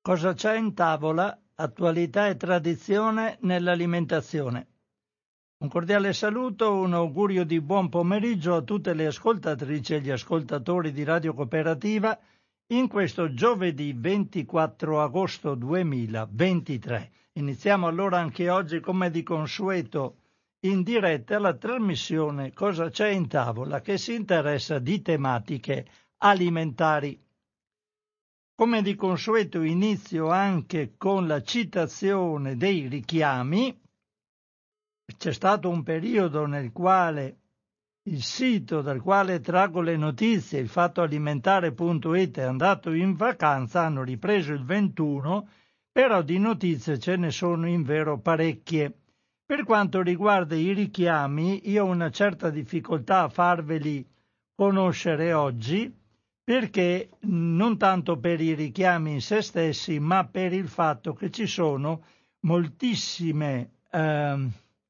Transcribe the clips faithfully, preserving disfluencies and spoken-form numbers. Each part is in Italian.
Cosa c'è in tavola? Attualità e tradizione nell'alimentazione. Un cordiale saluto, un augurio di buon pomeriggio a tutte le ascoltatrici e gli ascoltatori di Radio Cooperativa in questo giovedì ventiquattro agosto duemilaventitré. Iniziamo allora anche oggi, come di consueto, in diretta la trasmissione Cosa c'è in tavola, che si interessa di tematiche alimentari. Come di consueto inizio anche con la citazione dei richiami. C'è stato un periodo nel quale il sito dal quale traggo le notizie, il fattoalimentare punto it, è andato in vacanza, hanno ripreso il ventuno, però di notizie ce ne sono in vero parecchie. Per quanto riguarda i richiami, io ho una certa difficoltà a farveli conoscere oggi, perché non tanto per i richiami in se stessi, ma per il fatto che ci sono moltissime eh,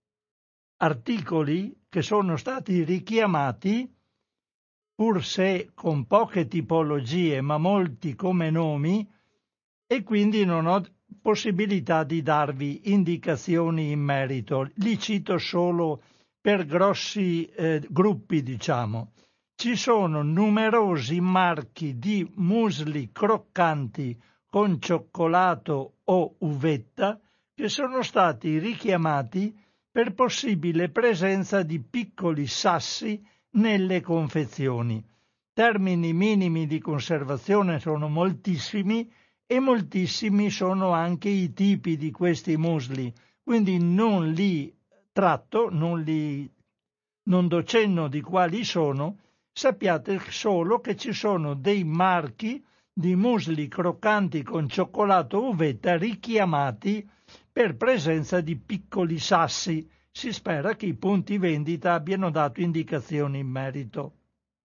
articoli che sono stati richiamati, pur se con poche tipologie, ma molti come nomi, e quindi non ho possibilità di darvi indicazioni in merito. Li cito solo per grossi eh, gruppi, diciamo. Ci sono numerosi marchi di muesli croccanti con cioccolato o uvetta che sono stati richiamati per possibile presenza di piccoli sassi nelle confezioni. Termini minimi di conservazione sono moltissimi e moltissimi sono anche i tipi di questi muesli, quindi non li tratto, non, li, non do cenno di quali sono. Sappiate solo che ci sono dei marchi di muesli croccanti con cioccolato o uvetta richiamati per presenza di piccoli sassi. Si spera che i punti vendita abbiano dato indicazioni in merito.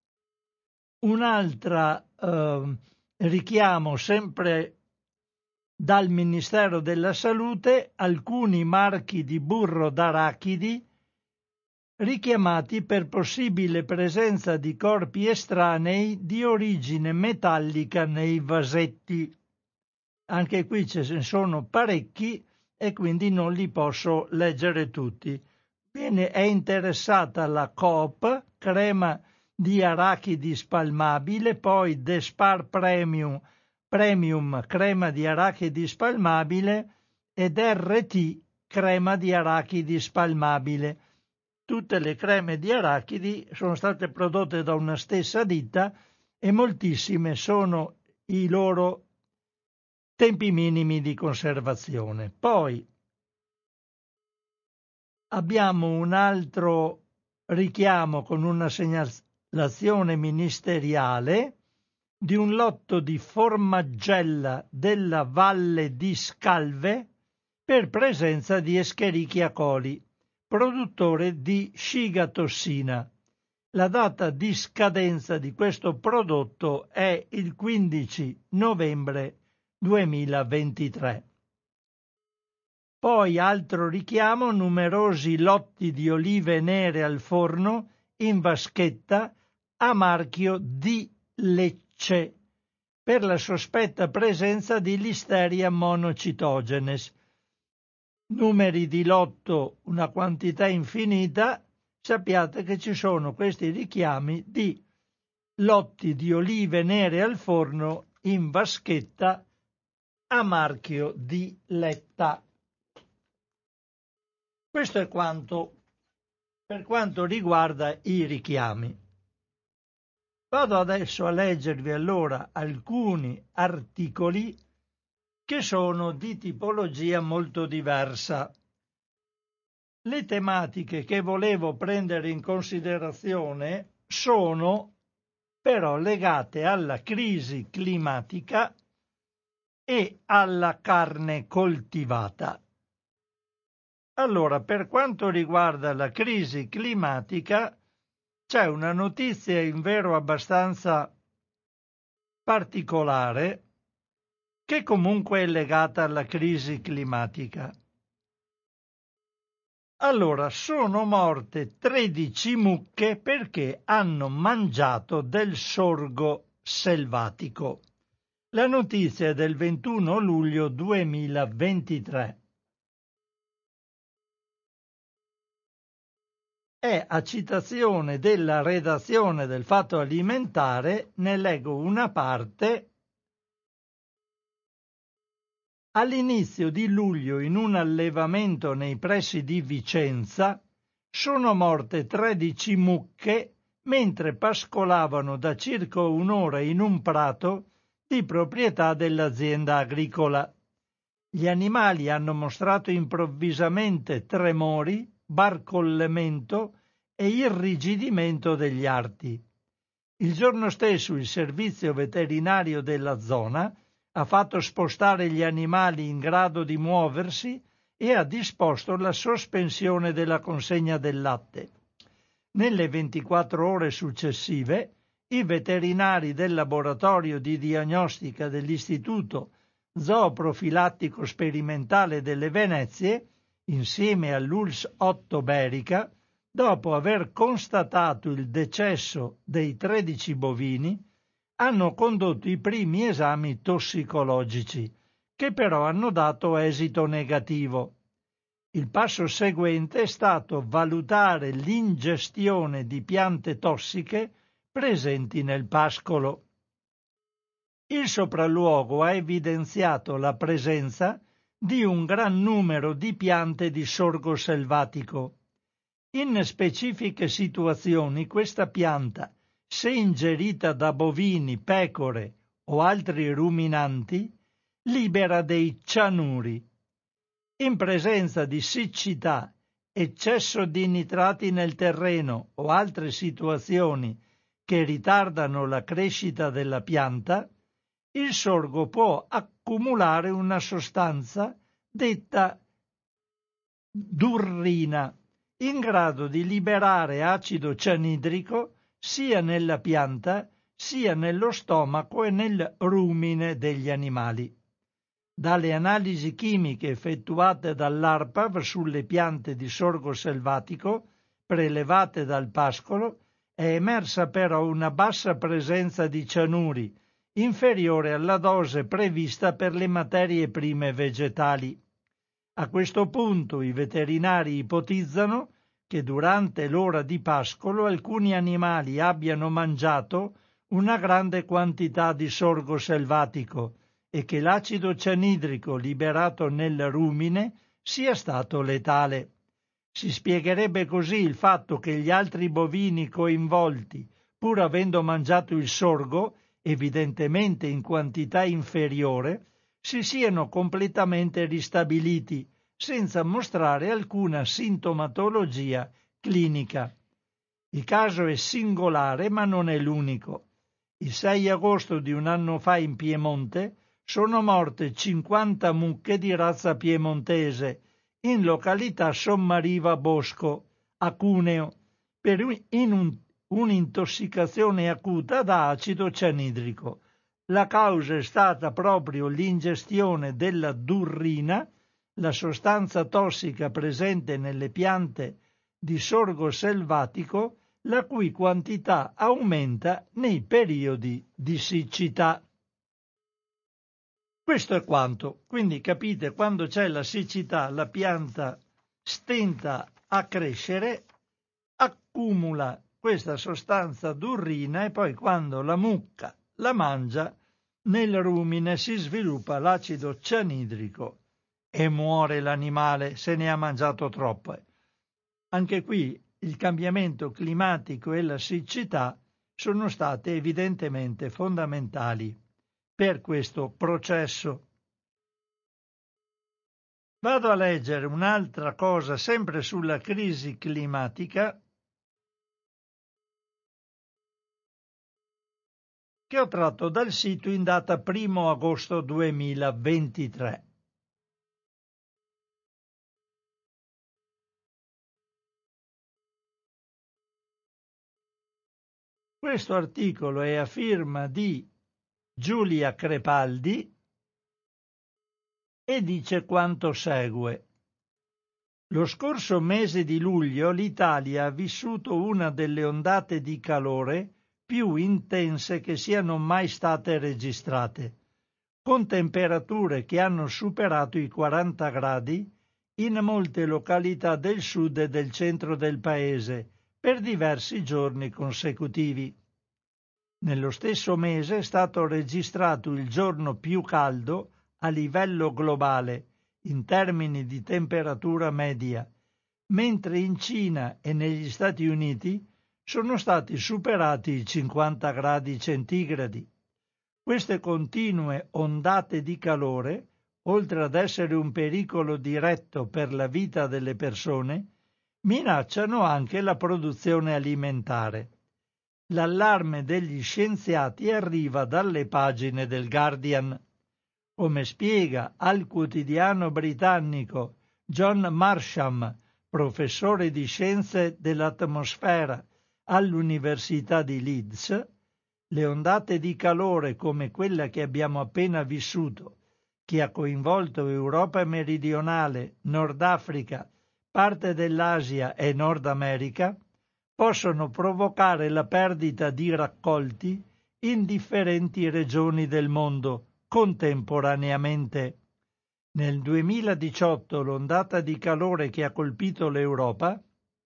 Un'altra eh, richiamo sempre dal Ministero della Salute: alcuni marchi di burro d'arachidi richiamati per possibile presenza di corpi estranei di origine metallica nei vasetti. Anche qui ce ne sono parecchi e quindi non li posso leggere tutti. Bene, è interessata la Coop, crema di arachidi spalmabile, poi Despar Premium, Premium crema di arachidi spalmabile ed R T crema di arachidi spalmabile. Tutte le creme di arachidi sono state prodotte da una stessa ditta e moltissime sono i loro tempi minimi di conservazione. Poi abbiamo un altro richiamo con una segnalazione ministeriale di un lotto di formaggella della Valle di Scalve per presenza di Escherichia coli, produttore di scigatossina. La data di scadenza di questo prodotto è il quindici novembre duemilaventitré. Poi altro richiamo: numerosi lotti di olive nere al forno in vaschetta a marchio di Lecce per la sospetta presenza di Listeria monocitogenes. Numeri di lotto, una quantità infinita. Sappiate che ci sono questi richiami di lotti di olive nere al forno in vaschetta a marchio di Letta. Questo è quanto per quanto riguarda i richiami. Vado adesso a leggervi allora alcuni articoli che sono di tipologia molto diversa. Le tematiche che volevo prendere in considerazione sono però legate alla crisi climatica e alla carne coltivata. Allora, per quanto riguarda la crisi climatica, c'è una notizia invero abbastanza particolare che comunque è legata alla crisi climatica. Allora, sono morte tredici mucche perché hanno mangiato del sorgo selvatico. La notizia è del ventuno luglio duemilaventitré. È a citazione della redazione del Fatto Alimentare, ne leggo una parte. All'inizio di luglio, in un allevamento nei pressi di Vicenza, sono morte tredici mucche mentre pascolavano da circa un'ora in un prato di proprietà dell'azienda agricola. Gli animali hanno mostrato improvvisamente tremori, barcollemento e irrigidimento degli arti. Il giorno stesso il servizio veterinario della zona ha fatto spostare gli animali in grado di muoversi e ha disposto la sospensione della consegna del latte. Nelle ventiquattro ore successive, i veterinari del laboratorio di diagnostica dell'Istituto Zooprofilattico Sperimentale delle Venezie, insieme all'U L S otto Berica, dopo aver constatato il decesso dei tredici bovini, hanno condotto i primi esami tossicologici, che però hanno dato esito negativo. Il passo seguente è stato valutare l'ingestione di piante tossiche presenti nel pascolo. Il sopralluogo ha evidenziato la presenza di un gran numero di piante di sorgo selvatico. In specifiche situazioni questa pianta, se ingerita da bovini, pecore o altri ruminanti, libera dei cianuri. In presenza di siccità, eccesso di nitrati nel terreno o altre situazioni che ritardano la crescita della pianta, il sorgo può accumulare una sostanza detta durrina, in grado di liberare acido cianidrico sia nella pianta sia nello stomaco e nel rumine degli animali. Dalle analisi chimiche effettuate dall'ARPAV sulle piante di sorgo selvatico prelevate dal pascolo è emersa però una bassa presenza di cianuri, inferiore alla dose prevista per le materie prime vegetali. A questo punto i veterinari ipotizzano che durante l'ora di pascolo alcuni animali abbiano mangiato una grande quantità di sorgo selvatico e che l'acido cianidrico liberato nel rumine sia stato letale. Si spiegherebbe così il fatto che gli altri bovini coinvolti, pur avendo mangiato il sorgo, evidentemente in quantità inferiore, si siano completamente ristabiliti, senza mostrare alcuna sintomatologia clinica. Il caso è singolare, ma non è l'unico. Il sei agosto di un anno fa in Piemonte sono morte cinquanta mucche di razza piemontese in località Sommariva Bosco, a Cuneo, per in un, un'intossicazione acuta da acido cianidrico. La causa è stata proprio l'ingestione della durrina, la sostanza tossica presente nelle piante di sorgo selvatico, la cui quantità aumenta nei periodi di siccità. Questo è quanto. Quindi capite, quando c'è la siccità, la pianta stenta a crescere, accumula questa sostanza durrina e poi quando la mucca la mangia, nel rumine si sviluppa l'acido cianidrico e muore l'animale se ne ha mangiato troppe. Anche qui il cambiamento climatico e la siccità sono state evidentemente fondamentali per questo processo. Vado a leggere un'altra cosa sempre sulla crisi climatica che ho tratto dal sito in data primo agosto duemilaventitré. Questo articolo è a firma di Giulia Crepaldi e dice quanto segue. Lo scorso mese di luglio l'Italia ha vissuto una delle ondate di calore più intense che siano mai state registrate. con temperature che hanno superato i quaranta gradi in molte località del sud e del centro del paese per diversi giorni consecutivi. Nello stesso mese è stato registrato il giorno più caldo a livello globale in termini di temperatura media, mentre in Cina e negli Stati Uniti sono stati superati i cinquanta gradi centigradi. Queste continue ondate di calore, oltre ad essere un pericolo diretto per la vita delle persone, minacciano anche la produzione alimentare. L'allarme degli scienziati arriva dalle pagine del Guardian. Come spiega al quotidiano britannico John Marsham, professore di scienze dell'atmosfera all'Università di Leeds, le ondate di calore come quella che abbiamo appena vissuto, che ha coinvolto Europa meridionale, Nord Africa, parte dell'Asia e Nord America, possono provocare la perdita di raccolti in differenti regioni del mondo contemporaneamente. Nel duemiladiciotto l'ondata di calore che ha colpito l'Europa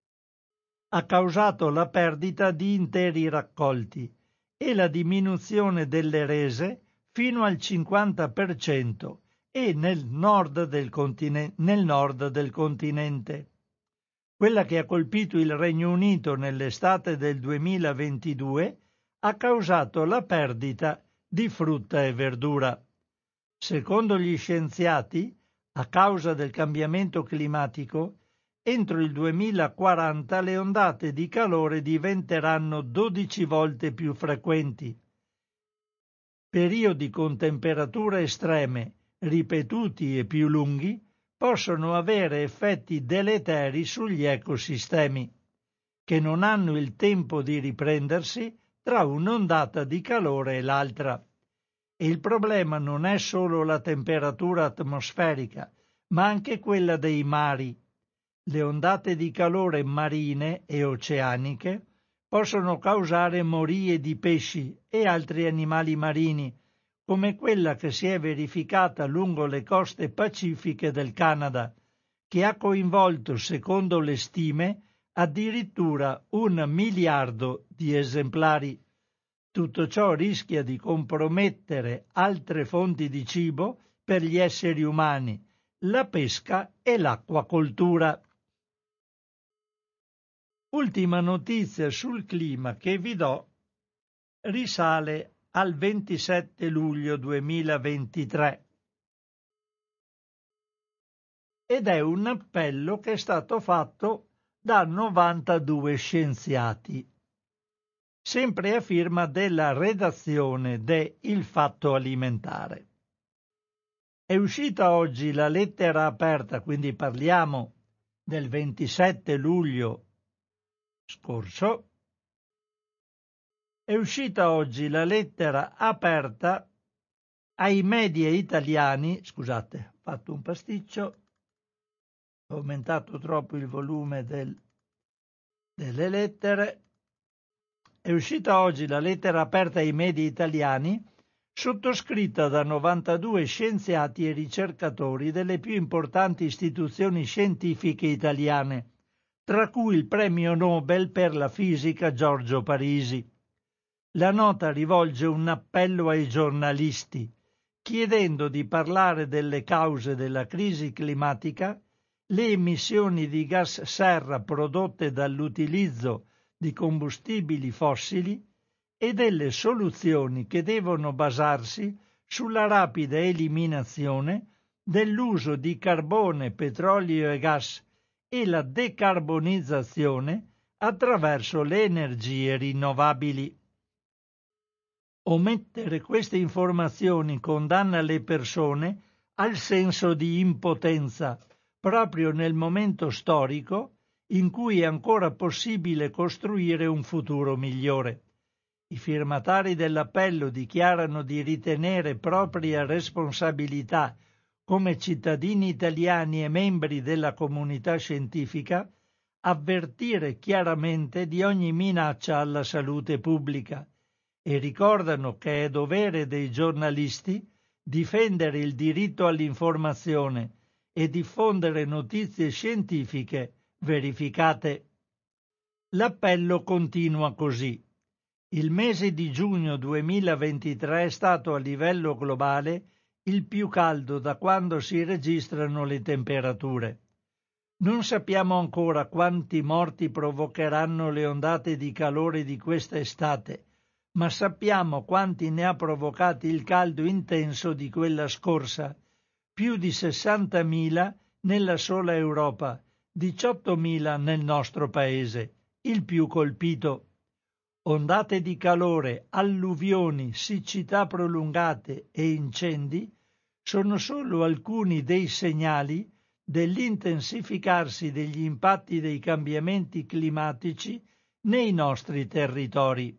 ha causato la perdita di interi raccolti e la diminuzione delle rese fino al cinquanta per cento e nel nord del, continente, nel nord del continente. Quella che ha colpito il Regno Unito nell'estate del duemilaventidue ha causato la perdita di frutta e verdura. Secondo gli scienziati, a causa del cambiamento climatico, entro il duemilaquaranta le ondate di calore diventeranno dodici volte più frequenti. Periodi con temperature estreme, ripetuti e più lunghi, possono avere effetti deleteri sugli ecosistemi, che non hanno il tempo di riprendersi tra un'ondata di calore e l'altra. E il problema non è solo la temperatura atmosferica, ma anche quella dei mari. Le ondate di calore marine e oceaniche possono causare morie di pesci e altri animali marini, come quella che si è verificata lungo le coste pacifiche del Canada, che ha coinvolto, secondo le stime, addirittura un miliardo di esemplari. Tutto ciò rischia di compromettere altre fonti di cibo per gli esseri umani, la pesca e l'acquacoltura. Ultima notizia sul clima che vi do risale al ventisette luglio duemilaventitré ed è un appello che è stato fatto da novantadue scienziati, sempre a firma della redazione de Il Fatto Alimentare. È uscita oggi la lettera aperta, quindi parliamo del ventisette luglio scorso, è uscita oggi la lettera aperta ai media italiani, scusate, ho fatto un pasticcio, ho aumentato troppo il volume del, delle lettere, è uscita oggi la lettera aperta ai media italiani, sottoscritta da novantadue scienziati e ricercatori delle più importanti istituzioni scientifiche italiane, tra cui il premio Nobel per la fisica Giorgio Parisi. La nota rivolge un appello ai giornalisti, chiedendo di parlare delle cause della crisi climatica, le emissioni di gas serra prodotte dall'utilizzo di combustibili fossili e delle soluzioni che devono basarsi sulla rapida eliminazione dell'uso di carbone, petrolio e gas e la decarbonizzazione attraverso le energie rinnovabili. Omettere queste informazioni condanna le persone al senso di impotenza, proprio nel momento storico in cui è ancora possibile costruire un futuro migliore. I firmatari dell'appello dichiarano di ritenere propria responsabilità come cittadini italiani e membri della comunità scientifica avvertire chiaramente di ogni minaccia alla salute pubblica e ricordano che è dovere dei giornalisti difendere il diritto all'informazione e diffondere notizie scientifiche verificate. L'appello continua così. Il mese di giugno duemilaventitré è stato a livello globale il più caldo da quando si registrano le temperature. Non sappiamo ancora quanti morti provocheranno le ondate di calore di questa estate, ma sappiamo quanti ne ha provocati il caldo intenso di quella scorsa, più di sessantamila nella sola Europa, diciottomila nel nostro paese, il più colpito. Ondate di calore, alluvioni, siccità prolungate e incendi sono solo alcuni dei segnali dell'intensificarsi degli impatti dei cambiamenti climatici nei nostri territori.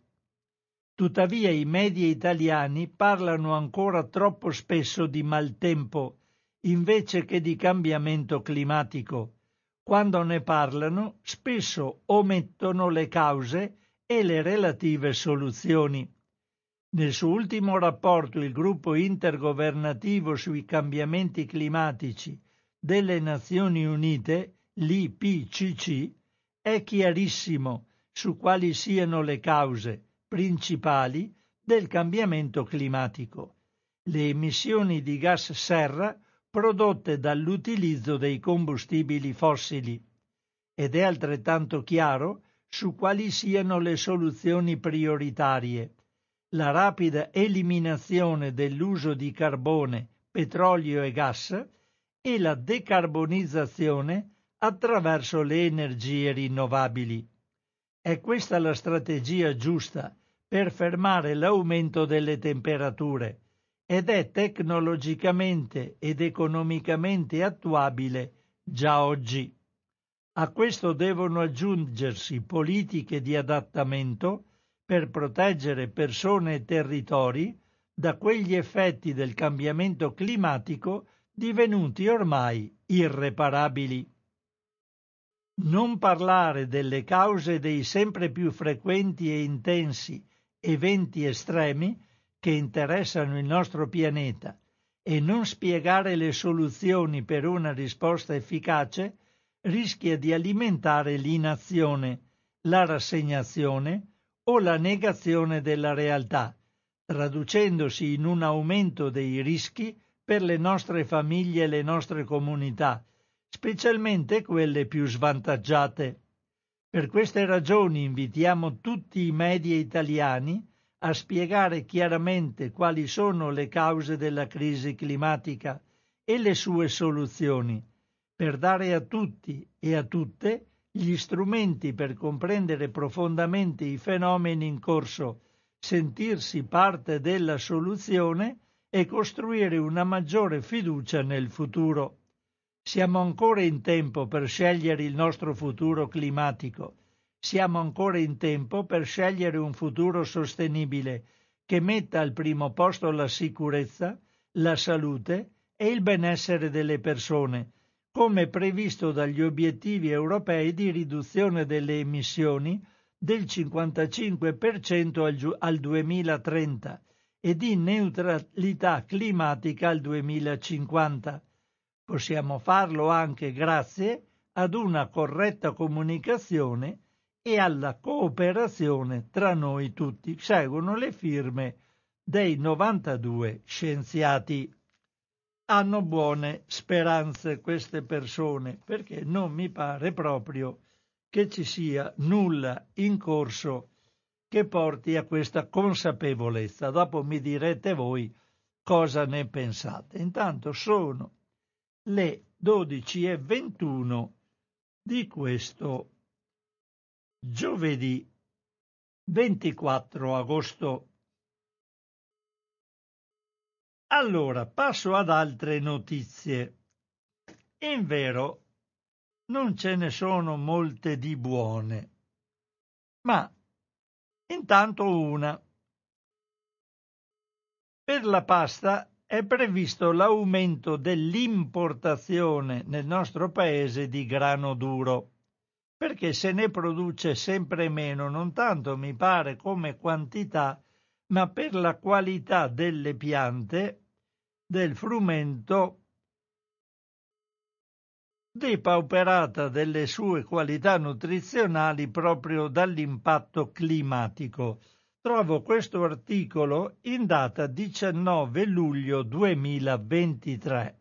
Tuttavia i media italiani parlano ancora troppo spesso di maltempo invece che di cambiamento climatico. Quando ne parlano, spesso omettono le cause e le relative soluzioni. Nel suo ultimo rapporto il gruppo intergovernativo sui cambiamenti climatici delle Nazioni Unite, l'I P C C, è chiarissimo su quali siano le cause principali del cambiamento climatico: le emissioni di gas serra prodotte dall'utilizzo dei combustibili fossili, ed è altrettanto chiaro su quali siano le soluzioni prioritarie: la rapida eliminazione dell'uso di carbone, petrolio e gas e la decarbonizzazione attraverso le energie rinnovabili. È questa la strategia giusta per fermare l'aumento delle temperature ed è tecnologicamente ed economicamente attuabile già oggi. A questo devono aggiungersi politiche di adattamento per proteggere persone e territori da quegli effetti del cambiamento climatico divenuti ormai irreparabili. Non parlare delle cause dei sempre più frequenti e intensi eventi estremi che interessano il nostro pianeta e non spiegare le soluzioni per una risposta efficace rischia di alimentare l'inazione, la rassegnazione o la negazione della realtà, traducendosi in un aumento dei rischi per le nostre famiglie e le nostre comunità, specialmente quelle più svantaggiate. Per queste ragioni invitiamo tutti i media italiani a spiegare chiaramente quali sono le cause della crisi climatica e le sue soluzioni, per dare a tutti e a tutte gli strumenti per comprendere profondamente i fenomeni in corso, sentirsi parte della soluzione e costruire una maggiore fiducia nel futuro. Siamo ancora in tempo per scegliere il nostro futuro climatico. Siamo ancora in tempo per scegliere un futuro sostenibile che metta al primo posto la sicurezza, la salute e il benessere delle persone, come previsto dagli obiettivi europei di riduzione delle emissioni del cinquantacinque per cento al, giu- al duemilatrenta e di neutralità climatica al duemilacinquanta. Possiamo farlo anche grazie ad una corretta comunicazione e alla cooperazione tra noi tutti. Seguono le firme dei novantadue scienziati. Hanno buone speranze queste persone, perché non mi pare proprio che ci sia nulla in corso che porti a questa consapevolezza. Dopo mi direte voi cosa ne pensate. Intanto sono le dodici e ventuno di questo giovedì ventiquattro agosto. Allora, passo ad altre notizie. Invero, non ce ne sono molte di buone, ma intanto una. Per la pasta è previsto l'aumento dell'importazione nel nostro paese di grano duro, perché se ne produce sempre meno, non tanto mi pare come quantità, ma per la qualità delle piante del frumento, depauperata delle sue qualità nutrizionali proprio dall'impatto climatico. Trovo questo articolo in data diciannove luglio duemilaventitré.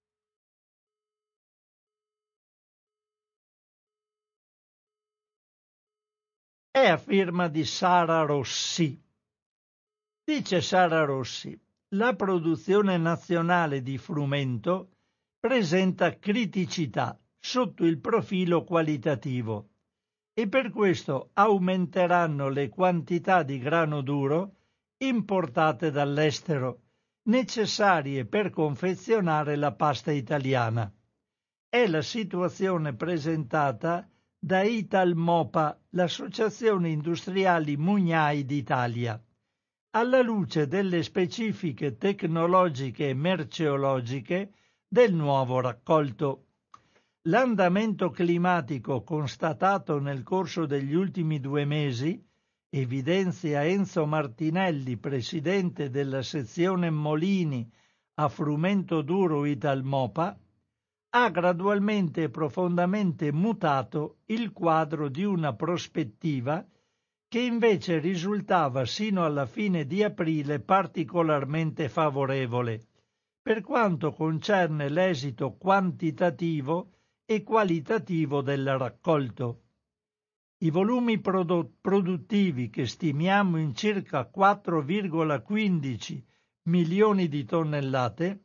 È a firma di Sara Rossi. Dice Sara Rossi: la produzione nazionale di frumento presenta criticità sotto il profilo qualitativo e per questo aumenteranno le quantità di grano duro importate dall'estero, necessarie per confezionare la pasta italiana. È la situazione presentata da Italmopa, l'Associazione Industriali Mugnai d'Italia, alla luce delle specifiche tecnologiche e merceologiche del nuovo raccolto. L'andamento climatico constatato nel corso degli ultimi due mesi, evidenzia Enzo Martinelli, presidente della sezione Molini a frumento duro Italmopa, ha gradualmente e profondamente mutato il quadro di una prospettiva che invece risultava sino alla fine di aprile particolarmente favorevole, per quanto concerne l'esito quantitativo e qualitativo del raccolto. I volumi produ- produttivi, che stimiamo in circa quattro virgola quindici milioni di tonnellate,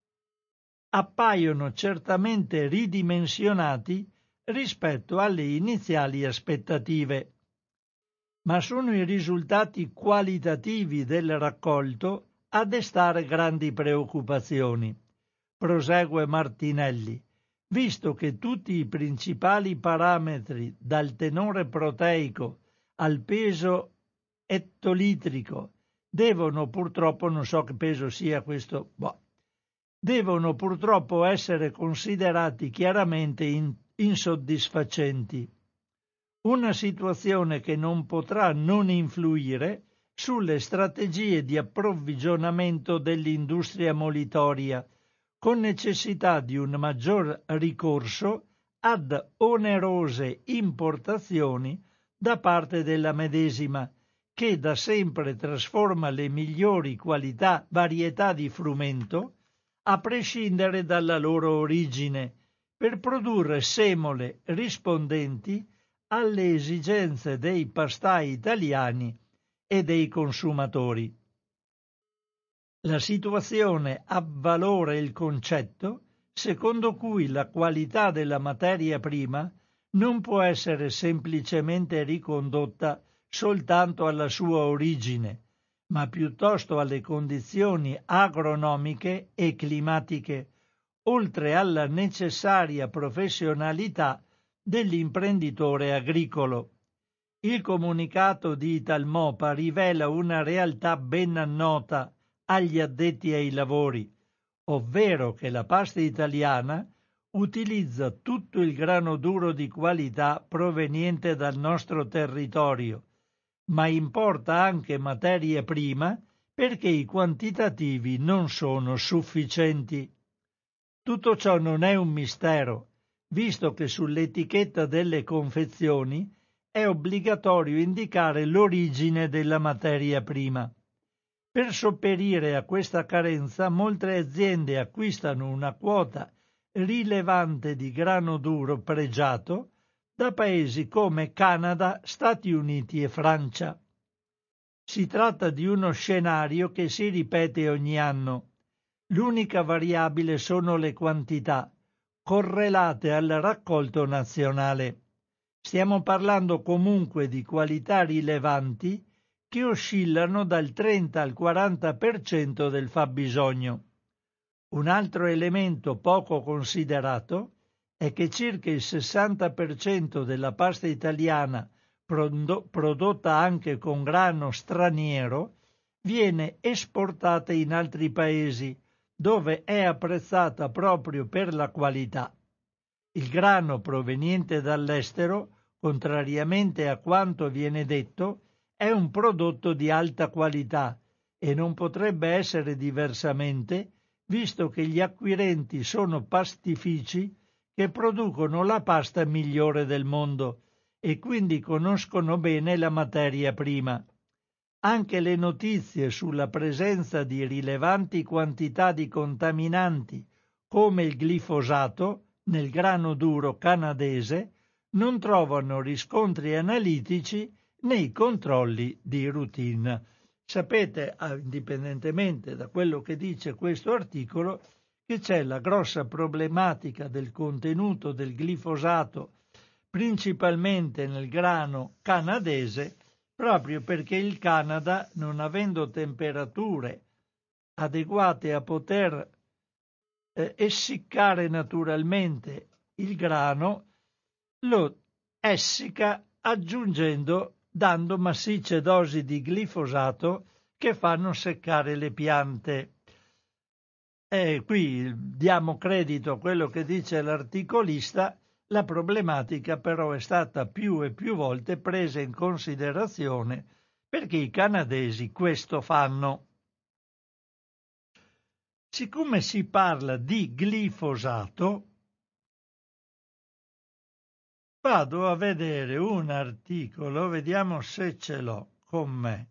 appaiono certamente ridimensionati rispetto alle iniziali aspettative, ma sono i risultati qualitativi del raccolto a destare grandi preoccupazioni, prosegue Martinelli, visto che tutti i principali parametri, dal tenore proteico al peso ettolitrico, devono purtroppo, non so che peso sia questo, boh, devono purtroppo essere considerati chiaramente in, insoddisfacenti. Una situazione che non potrà non influire sulle strategie di approvvigionamento dell'industria molitoria, con necessità di un maggior ricorso ad onerose importazioni da parte della medesima, che da sempre trasforma le migliori qualità varietà di frumento, a prescindere dalla loro origine, per produrre semole rispondenti alle esigenze dei pastai italiani e dei consumatori. La situazione avvalora il concetto secondo cui la qualità della materia prima non può essere semplicemente ricondotta soltanto alla sua origine, ma piuttosto alle condizioni agronomiche e climatiche, oltre alla necessaria professionalità dell'imprenditore agricolo. Il comunicato di Italmopa rivela una realtà ben nota agli addetti ai lavori, ovvero che la pasta italiana utilizza tutto il grano duro di qualità proveniente dal nostro territorio, ma importa anche materia prima perché i quantitativi non sono sufficienti. Tutto ciò non è un mistero, visto che sull'etichetta delle confezioni è obbligatorio indicare l'origine della materia prima. Per sopperire a questa carenza, molte aziende acquistano una quota rilevante di grano duro pregiato da paesi come Canada, Stati Uniti e Francia. Si tratta di uno scenario che si ripete ogni anno. L'unica variabile sono le quantità, correlate al raccolto nazionale. Stiamo parlando comunque di qualità rilevanti che oscillano dal trenta al quaranta per cento del fabbisogno. Un altro elemento poco considerato è che circa il sessanta per cento della pasta italiana prodotta anche con grano straniero viene esportata in altri paesi, dove è apprezzata proprio per la qualità. Il grano proveniente dall'estero, contrariamente a quanto viene detto, è un prodotto di alta qualità e non potrebbe essere diversamente visto che gli acquirenti sono pastifici che producono la pasta migliore del mondo e quindi conoscono bene la materia prima. Anche le notizie sulla presenza di rilevanti quantità di contaminanti come il glifosato nel grano duro canadese non trovano riscontri analitici nei controlli di routine. Sapete, indipendentemente da quello che dice questo articolo, che c'è la grossa problematica del contenuto del glifosato principalmente nel grano canadese, proprio perché il Canada, non avendo temperature adeguate a poter eh, essiccare naturalmente il grano, lo essicca aggiungendo, dando massicce dosi di glifosato che fanno seccare le piante. E qui diamo credito a quello che dice l'articolista. La problematica però è stata più e più volte presa in considerazione perché i canadesi questo fanno. Siccome si parla di glifosato, vado a vedere un articolo, vediamo se ce l'ho con me.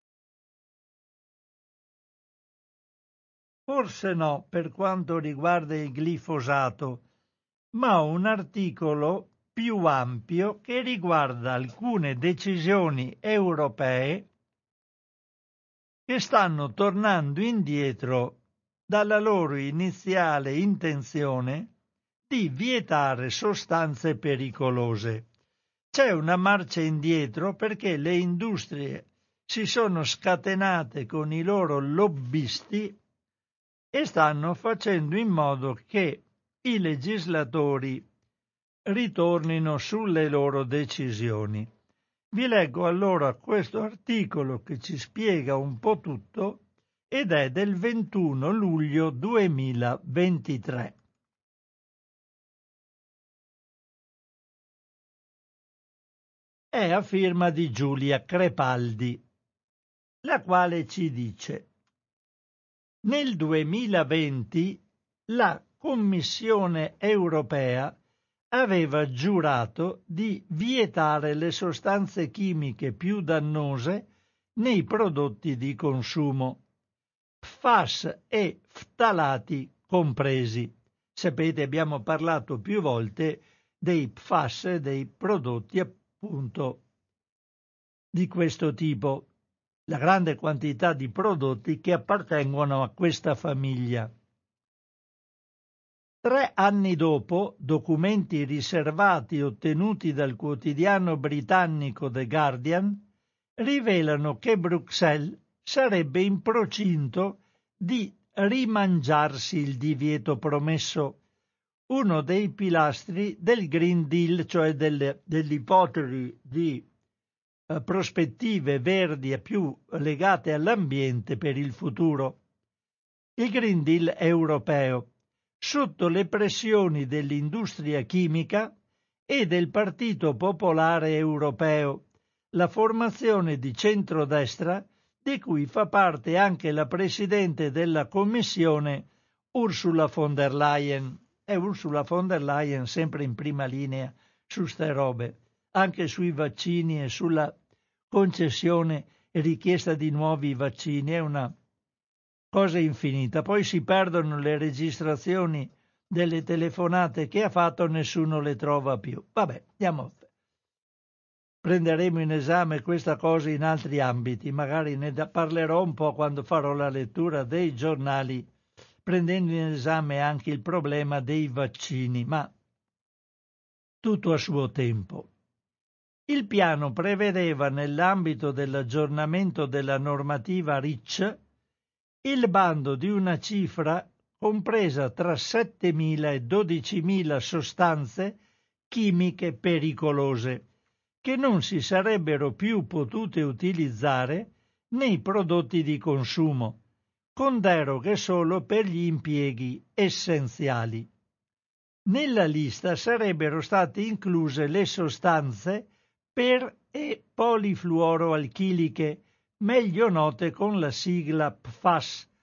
Forse no per quanto riguarda il glifosato, ma un articolo più ampio che riguarda alcune decisioni europee che stanno tornando indietro dalla loro iniziale intenzione di vietare sostanze pericolose. C'è una marcia indietro perché le industrie si sono scatenate con i loro lobbisti e stanno facendo in modo che i legislatori ritornino sulle loro decisioni. Vi leggo allora questo articolo che ci spiega un po' tutto ed è del ventuno luglio duemilaventitré. È a firma di Giulia Crepaldi, la quale ci dice: nel duemilaventi la Commissione europea aveva giurato di vietare le sostanze chimiche più dannose nei prodotti di consumo, P F A S e ftalati compresi. Sapete, abbiamo parlato più volte dei P F A S e dei prodotti appunto di questo tipo, la grande quantità di prodotti che appartengono a questa famiglia. Tre anni dopo, documenti riservati ottenuti dal quotidiano britannico The Guardian rivelano che Bruxelles sarebbe in procinto di rimangiarsi il divieto promesso, uno dei pilastri del Green Deal, cioè delle, dell'ipotesi di eh, prospettive verdi e più legate all'ambiente per il futuro. Il Green Deal europeo, sotto le pressioni dell'industria chimica e del Partito Popolare Europeo, la formazione di centrodestra di cui fa parte anche la Presidente della Commissione Ursula von der Leyen. È Ursula von der Leyen sempre in prima linea su ste robe, anche sui vaccini e sulla concessione e richiesta di nuovi vaccini. È una cosa infinita. Poi si perdono le registrazioni delle telefonate che ha fatto, nessuno le trova più. Vabbè, andiamo. Prenderemo in esame questa cosa in altri ambiti, magari ne parlerò un po' quando farò la lettura dei giornali, prendendo in esame anche il problema dei vaccini, ma tutto a suo tempo. Il piano prevedeva, nell'ambito dell'aggiornamento della normativa REACH, il bando di una cifra compresa tra settemila e dodicimila sostanze chimiche pericolose che non si sarebbero più potute utilizzare nei prodotti di consumo, con deroghe solo per gli impieghi essenziali. Nella lista sarebbero state incluse le sostanze per e polifluoroalchiliche, meglio note con la sigla P F A S,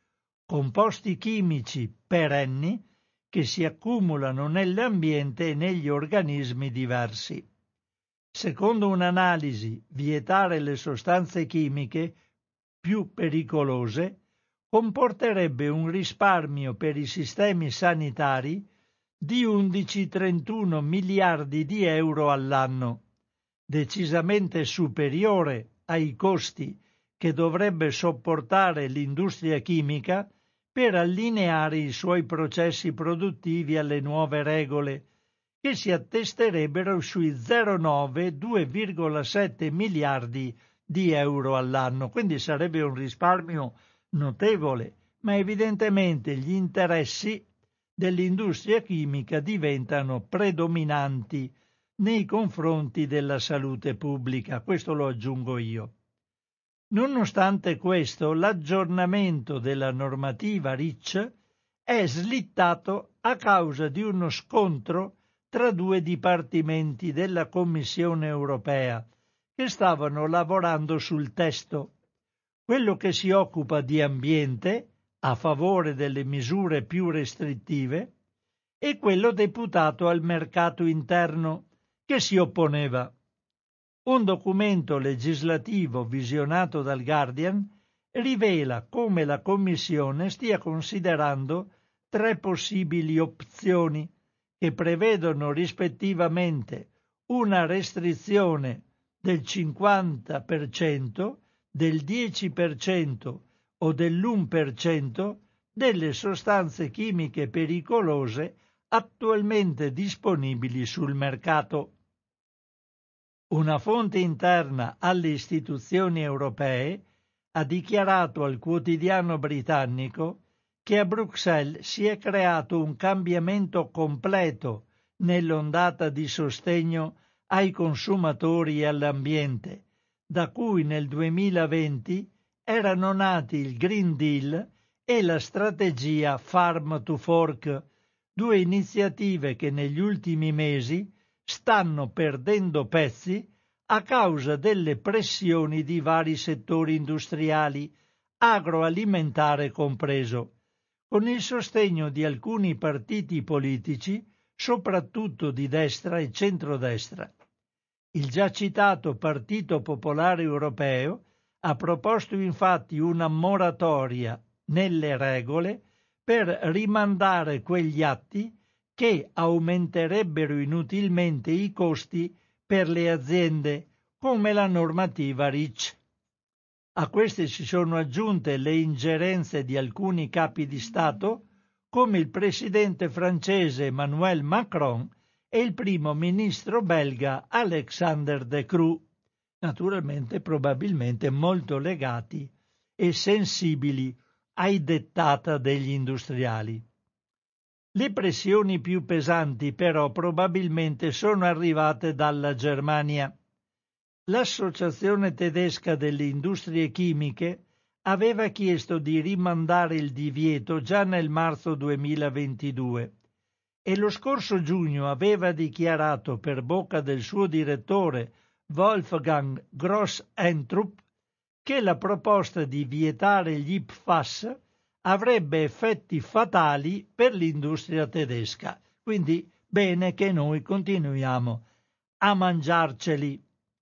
composti chimici perenni che si accumulano nell'ambiente e negli organismi diversi. Secondo un'analisi, vietare le sostanze chimiche più pericolose comporterebbe un risparmio per i sistemi sanitari di undici trentuno miliardi di euro all'anno, decisamente superiore ai costi che dovrebbe sopportare l'industria chimica per allineare i suoi processi produttivi alle nuove regole, che si attesterebbero sui zero virgola nove due virgola sette miliardi di euro all'anno. Quindi sarebbe un risparmio notevole, ma evidentemente gli interessi dell'industria chimica diventano predominanti nei confronti della salute pubblica. Questo lo aggiungo io. Nonostante questo, l'aggiornamento della normativa REACH è slittato a causa di uno scontro tra due dipartimenti della Commissione europea che stavano lavorando sul testo, quello che si occupa di ambiente a favore delle misure più restrittive e quello deputato al mercato interno che si opponeva. Un documento legislativo visionato dal Guardian rivela come la Commissione stia considerando tre possibili opzioni che prevedono rispettivamente una restrizione del cinquanta per cento, del dieci per cento o dell'uno per cento delle sostanze chimiche pericolose attualmente disponibili sul mercato. Una fonte interna alle istituzioni europee ha dichiarato al quotidiano britannico che a Bruxelles si è creato un cambiamento completo nell'ondata di sostegno ai consumatori e all'ambiente, da cui nel duemilaventi erano nati il Green Deal e la strategia Farm to Fork, due iniziative che negli ultimi mesi stanno perdendo pezzi a causa delle pressioni di vari settori industriali, agroalimentare compreso, con il sostegno di alcuni partiti politici, soprattutto di destra e centrodestra. Il già citato Partito Popolare Europeo ha proposto infatti una moratoria nelle regole per rimandare quegli atti che aumenterebbero inutilmente i costi per le aziende, come la normativa REACH. A queste si sono aggiunte le ingerenze di alcuni capi di Stato, come il presidente francese Emmanuel Macron e il primo ministro belga Alexander De Croo, naturalmente probabilmente molto legati e sensibili ai dettata degli industriali. Le pressioni più pesanti però probabilmente sono arrivate dalla Germania. L'Associazione tedesca delle industrie chimiche aveva chiesto di rimandare il divieto già nel marzo duemilaventidue e lo scorso giugno aveva dichiarato per bocca del suo direttore Wolfgang Gross-Entrup che la proposta di vietare gli P F A S avrebbe effetti fatali per l'industria tedesca. Quindi bene che noi continuiamo a mangiarceli.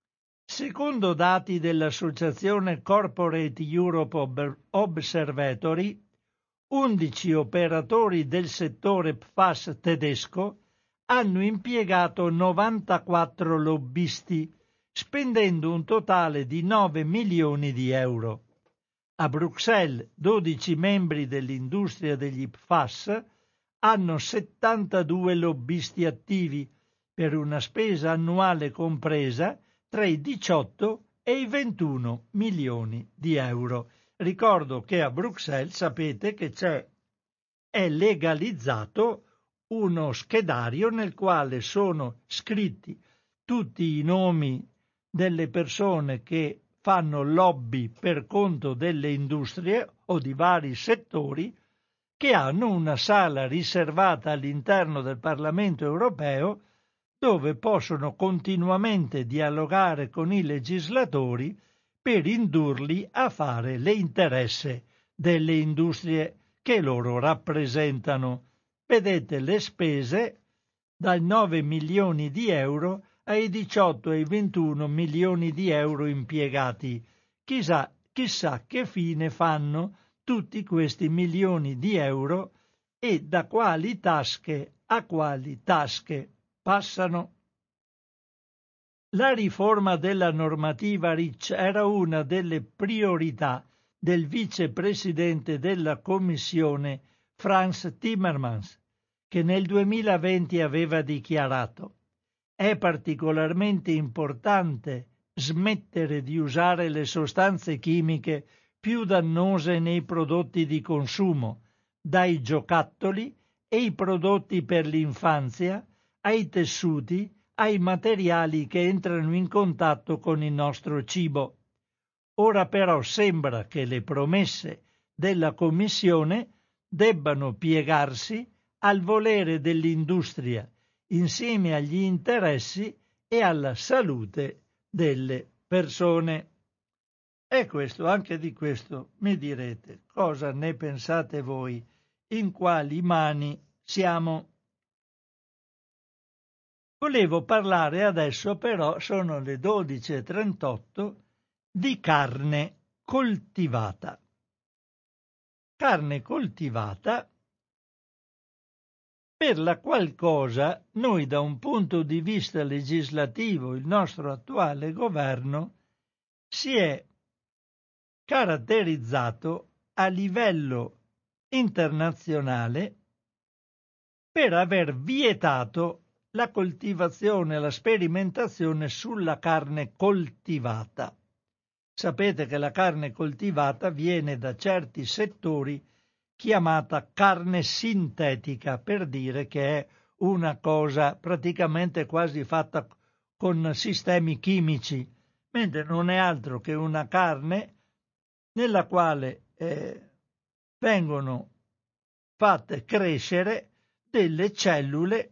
Secondo dati dell'associazione Corporate Europe Observatory, undici operatori del settore P F A S tedesco hanno impiegato novantaquattro lobbisti, spendendo un totale di nove milioni di euro. A Bruxelles, dodici membri dell'industria degli P F A S hanno settantadue lobbisti attivi per una spesa annuale compresa tra i diciotto e i ventuno milioni di euro. Ricordo che a Bruxelles sapete che c'è è legalizzato uno schedario nel quale sono scritti tutti i nomi delle persone che fanno lobby per conto delle industrie o di vari settori che hanno una sala riservata all'interno del Parlamento europeo dove possono continuamente dialogare con i legislatori per indurli a fare l'interesse delle industrie che loro rappresentano. Vedete le spese dai nove milioni di euro ai diciotto e ventuno milioni di euro impiegati. Chissà, chissà che fine fanno tutti questi milioni di euro e da quali tasche a quali tasche passano. La riforma della normativa REACH era una delle priorità del vicepresidente della Commissione Frans Timmermans, che nel duemilaventi aveva dichiarato: è particolarmente importante smettere di usare le sostanze chimiche più dannose nei prodotti di consumo, dai giocattoli e i prodotti per l'infanzia, ai tessuti, ai materiali che entrano in contatto con il nostro cibo. Ora però sembra che le promesse della Commissione debbano piegarsi al volere dell'industria, insieme agli interessi e alla salute delle persone. E questo, anche di questo mi direte, cosa ne pensate voi? In quali mani siamo? Volevo parlare adesso, però sono le dodici e trentotto, di carne coltivata. Carne coltivata per la qual cosa noi, da un punto di vista legislativo, il nostro attuale governo si è caratterizzato a livello internazionale per aver vietato la coltivazione e la sperimentazione sulla carne coltivata. Sapete che la carne coltivata viene da certi settori chiamata carne sintetica, per dire che è una cosa praticamente quasi fatta con sistemi chimici, mentre non è altro che una carne nella quale eh, vengono fatte crescere delle cellule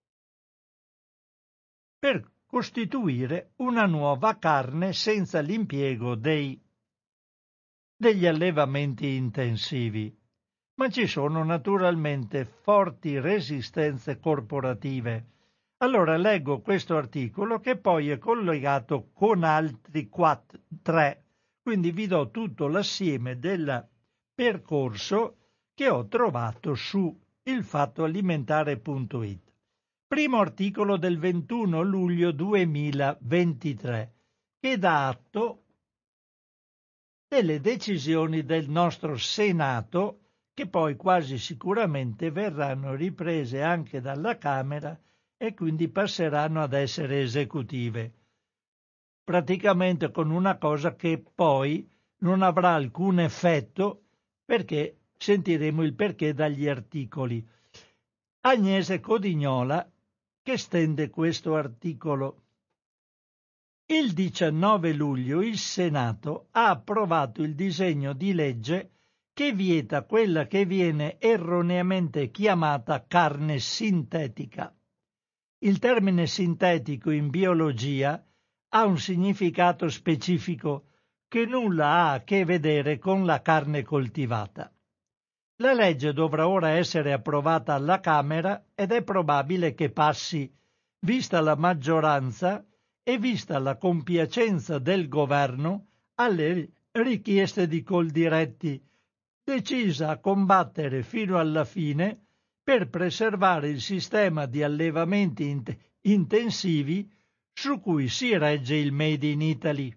per costituire una nuova carne senza l'impiego dei, degli allevamenti intensivi. Ma ci sono naturalmente forti resistenze corporative. Allora leggo questo articolo che poi è collegato con altri quattro, tre, quindi vi do tutto l'assieme del percorso che ho trovato su il fatto alimentare punto it. Primo articolo del ventuno luglio duemilaventitré, che dà atto delle decisioni del nostro Senato, che poi quasi sicuramente verranno riprese anche dalla Camera e quindi passeranno ad essere esecutive. Praticamente con una cosa che poi non avrà alcun effetto, perché sentiremo il perché dagli articoli. Agnese Codignola che stende questo articolo. Il diciannove luglio il Senato ha approvato il disegno di legge che vieta quella che viene erroneamente chiamata carne sintetica. Il termine sintetico in biologia ha un significato specifico che nulla ha a che vedere con la carne coltivata. La legge dovrà ora essere approvata alla Camera ed è probabile che passi, vista la maggioranza e vista la compiacenza del governo alle richieste di Coldiretti, decisa a combattere fino alla fine per preservare il sistema di allevamenti int- intensivi su cui si regge il Made in Italy.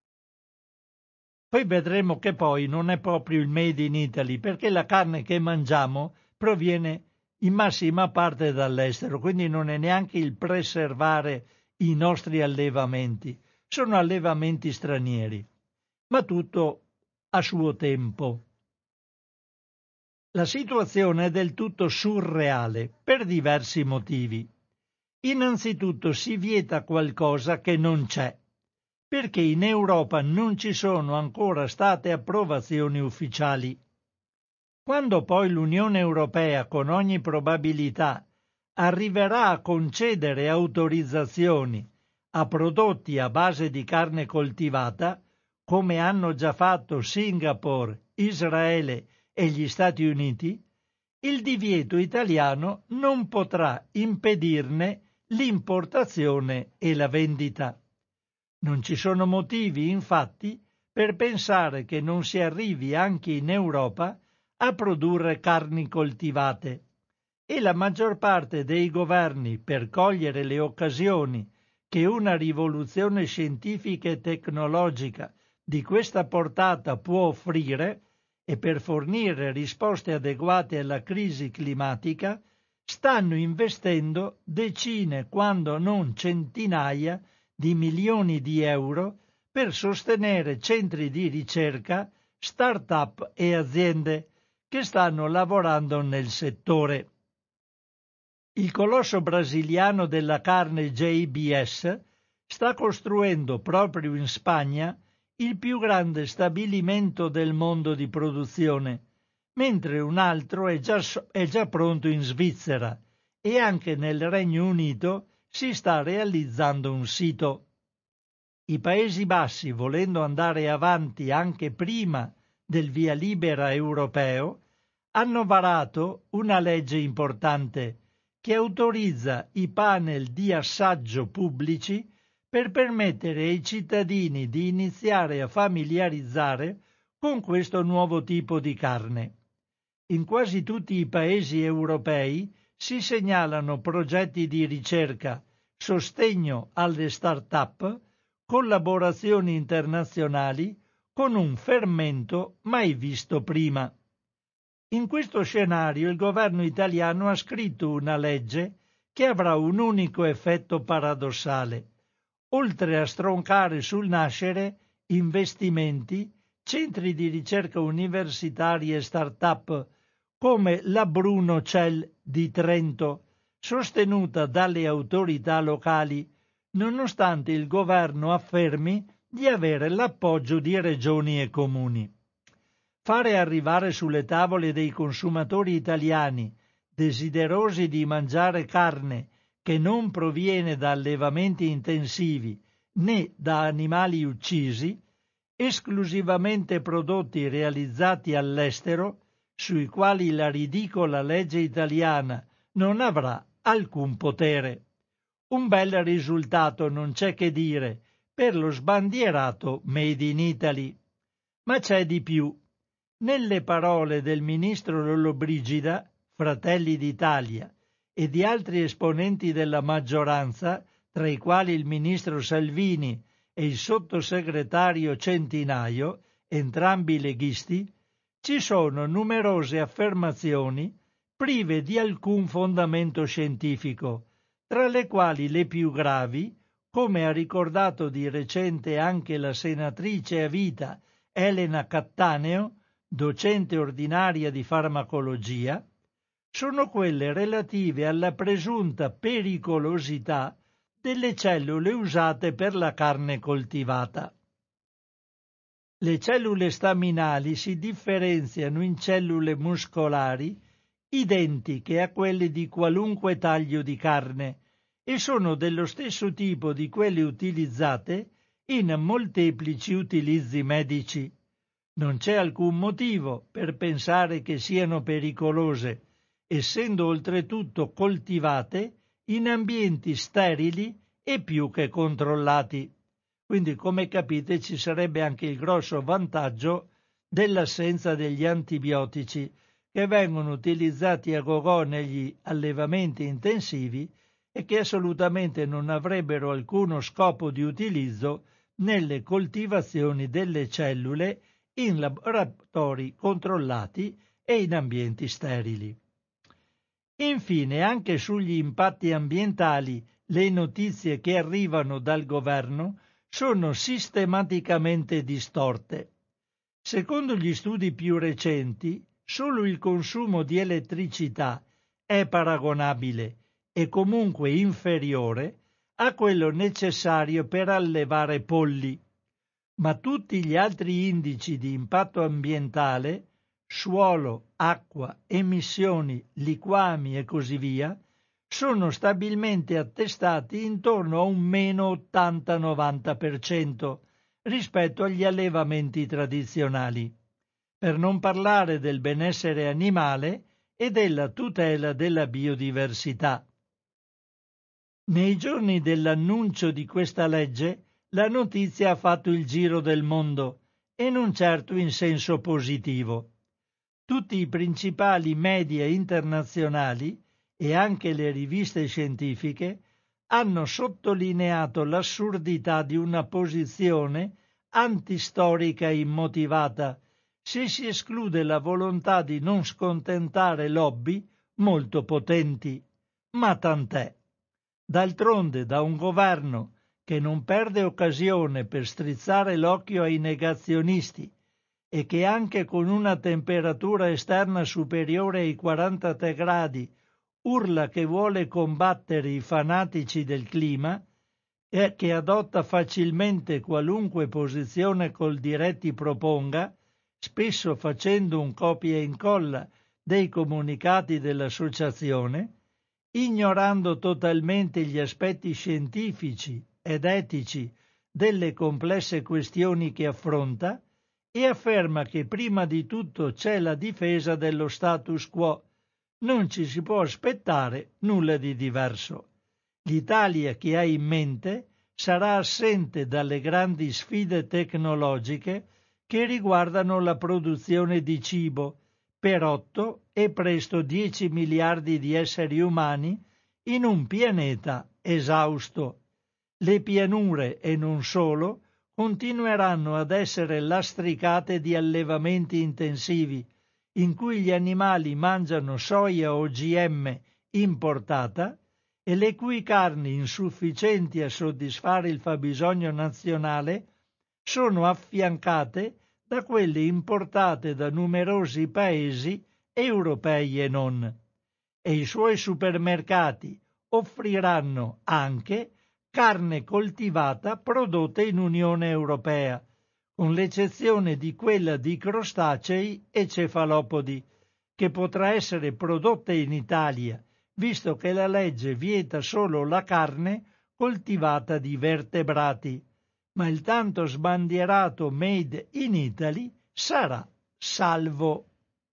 Poi vedremo che poi non è proprio il Made in Italy, perché la carne che mangiamo proviene in massima parte dall'estero, quindi non è neanche il preservare i nostri allevamenti, sono allevamenti stranieri, ma tutto a suo tempo. La situazione è del tutto surreale per diversi motivi. Innanzitutto si vieta qualcosa che non c'è, perché in Europa non ci sono ancora state approvazioni ufficiali. Quando poi l'Unione Europea, con ogni probabilità, arriverà a concedere autorizzazioni a prodotti a base di carne coltivata, come hanno già fatto Singapore, Israele e gli Stati Uniti, il divieto italiano non potrà impedirne l'importazione e la vendita. Non ci sono motivi, infatti, per pensare che non si arrivi anche in Europa a produrre carni coltivate, e la maggior parte dei governi, per cogliere le occasioni che una rivoluzione scientifica e tecnologica di questa portata può offrire, e per fornire risposte adeguate alla crisi climatica, stanno investendo decine, quando non centinaia, di milioni di euro per sostenere centri di ricerca, start-up e aziende che stanno lavorando nel settore. Il colosso brasiliano della carne J B S sta costruendo proprio in Spagna il più grande stabilimento del mondo di produzione, mentre un altro è già, è già pronto in Svizzera e anche nel Regno Unito si sta realizzando un sito. I Paesi Bassi, volendo andare avanti anche prima del via libera europeo, hanno varato una legge importante che autorizza i panel di assaggio pubblici per permettere ai cittadini di iniziare a familiarizzare con questo nuovo tipo di carne. In quasi tutti i paesi europei si segnalano progetti di ricerca, sostegno alle start-up, collaborazioni internazionali con un fermento mai visto prima. In questo scenario il governo italiano ha scritto una legge che avrà un unico effetto paradossale. Oltre a stroncare sul nascere investimenti, centri di ricerca universitari e start-up come la Bruno Cell di Trento, sostenuta dalle autorità locali, nonostante il governo affermi di avere l'appoggio di regioni e comuni. Fare arrivare sulle tavole dei consumatori italiani, desiderosi di mangiare carne che non proviene da allevamenti intensivi né da animali uccisi, esclusivamente prodotti realizzati all'estero, sui quali la ridicola legge italiana non avrà alcun potere. Un bel risultato, non c'è che dire, per lo sbandierato Made in Italy. Ma c'è di più. Nelle parole del ministro Lollobrigida, Fratelli d'Italia, e di altri esponenti della maggioranza, tra i quali il ministro Salvini e il sottosegretario Centinaio, entrambi leghisti, ci sono numerose affermazioni prive di alcun fondamento scientifico, tra le quali le più gravi, come ha ricordato di recente anche la senatrice a vita Elena Cattaneo, docente ordinaria di farmacologia, sono quelle relative alla presunta pericolosità delle cellule usate per la carne coltivata. Le cellule staminali si differenziano in cellule muscolari identiche a quelle di qualunque taglio di carne e sono dello stesso tipo di quelle utilizzate in molteplici utilizzi medici. Non c'è alcun motivo per pensare che siano pericolose, essendo oltretutto coltivate in ambienti sterili e più che controllati. Quindi, come capite, ci sarebbe anche il grosso vantaggio dell'assenza degli antibiotici che vengono utilizzati a gogò negli allevamenti intensivi e che assolutamente non avrebbero alcuno scopo di utilizzo nelle coltivazioni delle cellule in laboratori controllati e in ambienti sterili. Infine, anche sugli impatti ambientali, le notizie che arrivano dal governo sono sistematicamente distorte. Secondo gli studi più recenti, solo il consumo di elettricità è paragonabile e comunque inferiore a quello necessario per allevare polli, ma tutti gli altri indici di impatto ambientale, suolo, acqua, emissioni, liquami e così via, sono stabilmente attestati intorno a un meno ottanta novanta per cento rispetto agli allevamenti tradizionali. per non parlare del benessere animale e della tutela della biodiversità. Nei giorni dell'annuncio di questa legge, la notizia ha fatto il giro del mondo, e non certo in senso positivo. Tutti i principali media internazionali e anche le riviste scientifiche hanno sottolineato l'assurdità di una posizione antistorica e immotivata, se si esclude la volontà di non scontentare lobby molto potenti. Ma tant'è. D'altronde, da un governo che non perde occasione per strizzare l'occhio ai negazionisti e che anche con una temperatura esterna superiore ai quarantatré gradi urla che vuole combattere i fanatici del clima e che adotta facilmente qualunque posizione col diretti proponga, spesso facendo un copia e incolla dei comunicati dell'associazione, ignorando totalmente gli aspetti scientifici ed etici delle complesse questioni che affronta, e afferma che prima di tutto c'è la difesa dello status quo. Non ci si può aspettare nulla di diverso. L'Italia che ha in mente sarà assente dalle grandi sfide tecnologiche che riguardano la produzione di cibo per otto e presto dieci miliardi di esseri umani in un pianeta esausto. Le pianure, e non solo, continueranno ad essere lastricate di allevamenti intensivi, in cui gli animali mangiano soia o G M importata e le cui carni, insufficienti a soddisfare il fabbisogno nazionale, sono affiancate da quelle importate da numerosi paesi europei e non. E i suoi supermercati offriranno anche carne coltivata prodotta in Unione Europea, con l'eccezione di quella di crostacei e cefalopodi, che potrà essere prodotta in Italia, visto che la legge vieta solo la carne coltivata di vertebrati, ma il tanto sbandierato Made in Italy sarà salvo.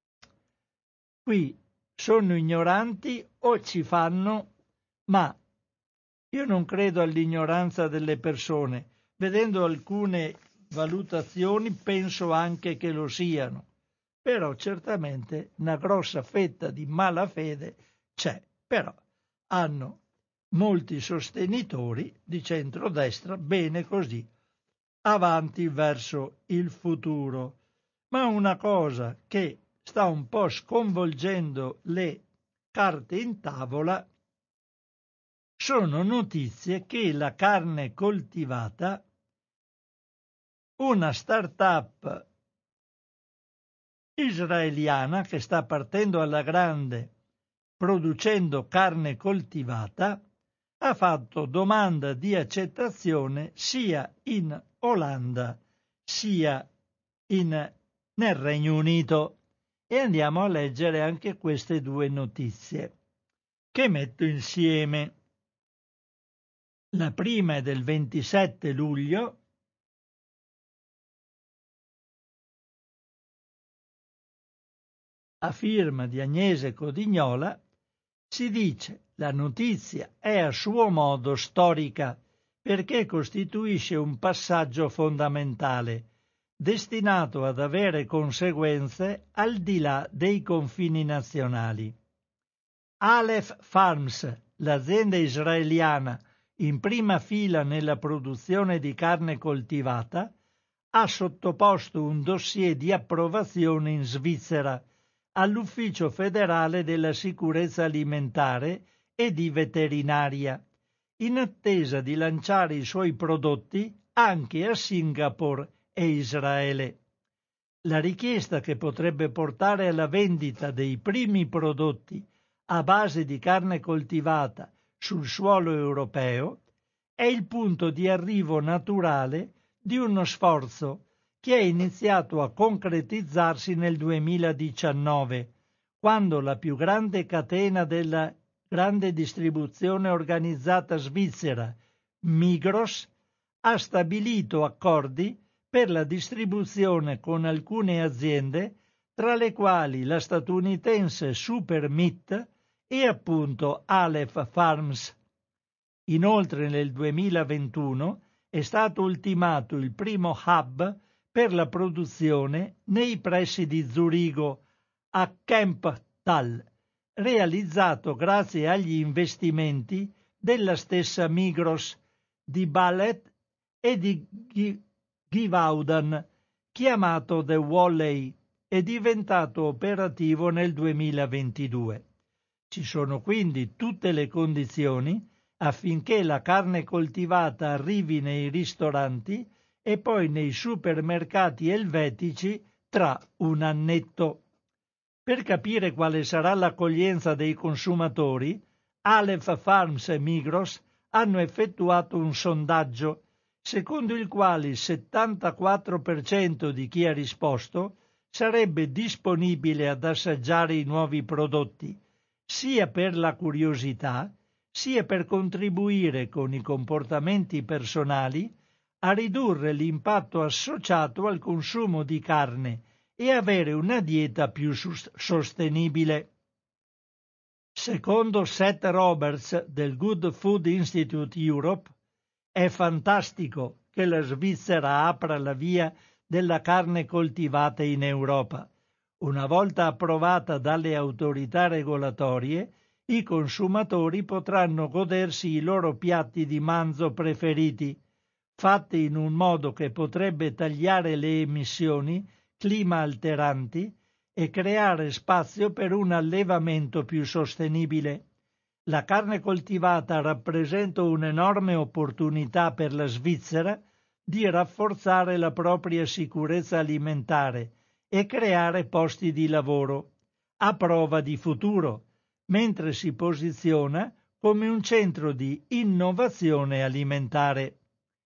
Qui sono ignoranti o ci fanno, ma io non credo all'ignoranza delle persone. Vedendo alcune valutazioni penso anche che lo siano, però certamente una grossa fetta di malafede c'è, però hanno molti sostenitori di centrodestra, bene così, avanti verso il futuro. Ma una cosa che sta un po' sconvolgendo le carte in tavola sono notizie che la carne coltivata, una start-up israeliana che sta partendo alla grande producendo carne coltivata, ha fatto domanda di accettazione sia in Olanda sia in, nel Regno Unito. E andiamo a leggere anche queste due notizie che metto insieme. La prima è del ventisette luglio, a firma di Agnese Codignola. Si dice: la notizia è a suo modo storica perché costituisce un passaggio fondamentale, destinato ad avere conseguenze al di là dei confini nazionali. Aleph Farms, l'azienda israeliana in prima fila nella produzione di carne coltivata, ha sottoposto un dossier di approvazione in Svizzera all'Ufficio federale della sicurezza alimentare e di veterinaria, in attesa di lanciare i suoi prodotti anche a Singapore e Israele. La richiesta, che potrebbe portare alla vendita dei primi prodotti a base di carne coltivata sul suolo europeo, è il punto di arrivo naturale di uno sforzo che è iniziato a concretizzarsi nel duemiladiciannove, quando la più grande catena della grande distribuzione organizzata svizzera, Migros, ha stabilito accordi per la distribuzione con alcune aziende, tra le quali la statunitense Super Meat e appunto Aleph Farms. Inoltre nel duemilaventuno è stato ultimato il primo hub per la produzione nei pressi di Zurigo, a Kemptthal, realizzato grazie agli investimenti della stessa Migros, di Ballet e di Givaudan, chiamato The Walley, è diventato operativo nel duemilaventidue. Ci sono quindi tutte le condizioni affinché la carne coltivata arrivi nei ristoranti e poi nei supermercati elvetici tra un annetto. Per capire quale sarà l'accoglienza dei consumatori, Aleph Farms e Migros hanno effettuato un sondaggio, secondo il quale il settantaquattro per cento di chi ha risposto sarebbe disponibile ad assaggiare i nuovi prodotti, sia per la curiosità, sia per contribuire con i comportamenti personali a ridurre l'impatto associato al consumo di carne e avere una dieta più sostenibile. Secondo Seth Roberts del Good Food Institute Europe, è fantastico che la Svizzera apra la via della carne coltivata in Europa. Una volta approvata dalle autorità regolatorie, i consumatori potranno godersi i loro piatti di manzo preferiti, fatti in un modo che potrebbe tagliare le emissioni clima alteranti e creare spazio per un allevamento più sostenibile. La carne coltivata rappresenta un'enorme opportunità per la Svizzera di rafforzare la propria sicurezza alimentare e creare posti di lavoro, a prova di futuro, mentre si posiziona come un centro di innovazione alimentare.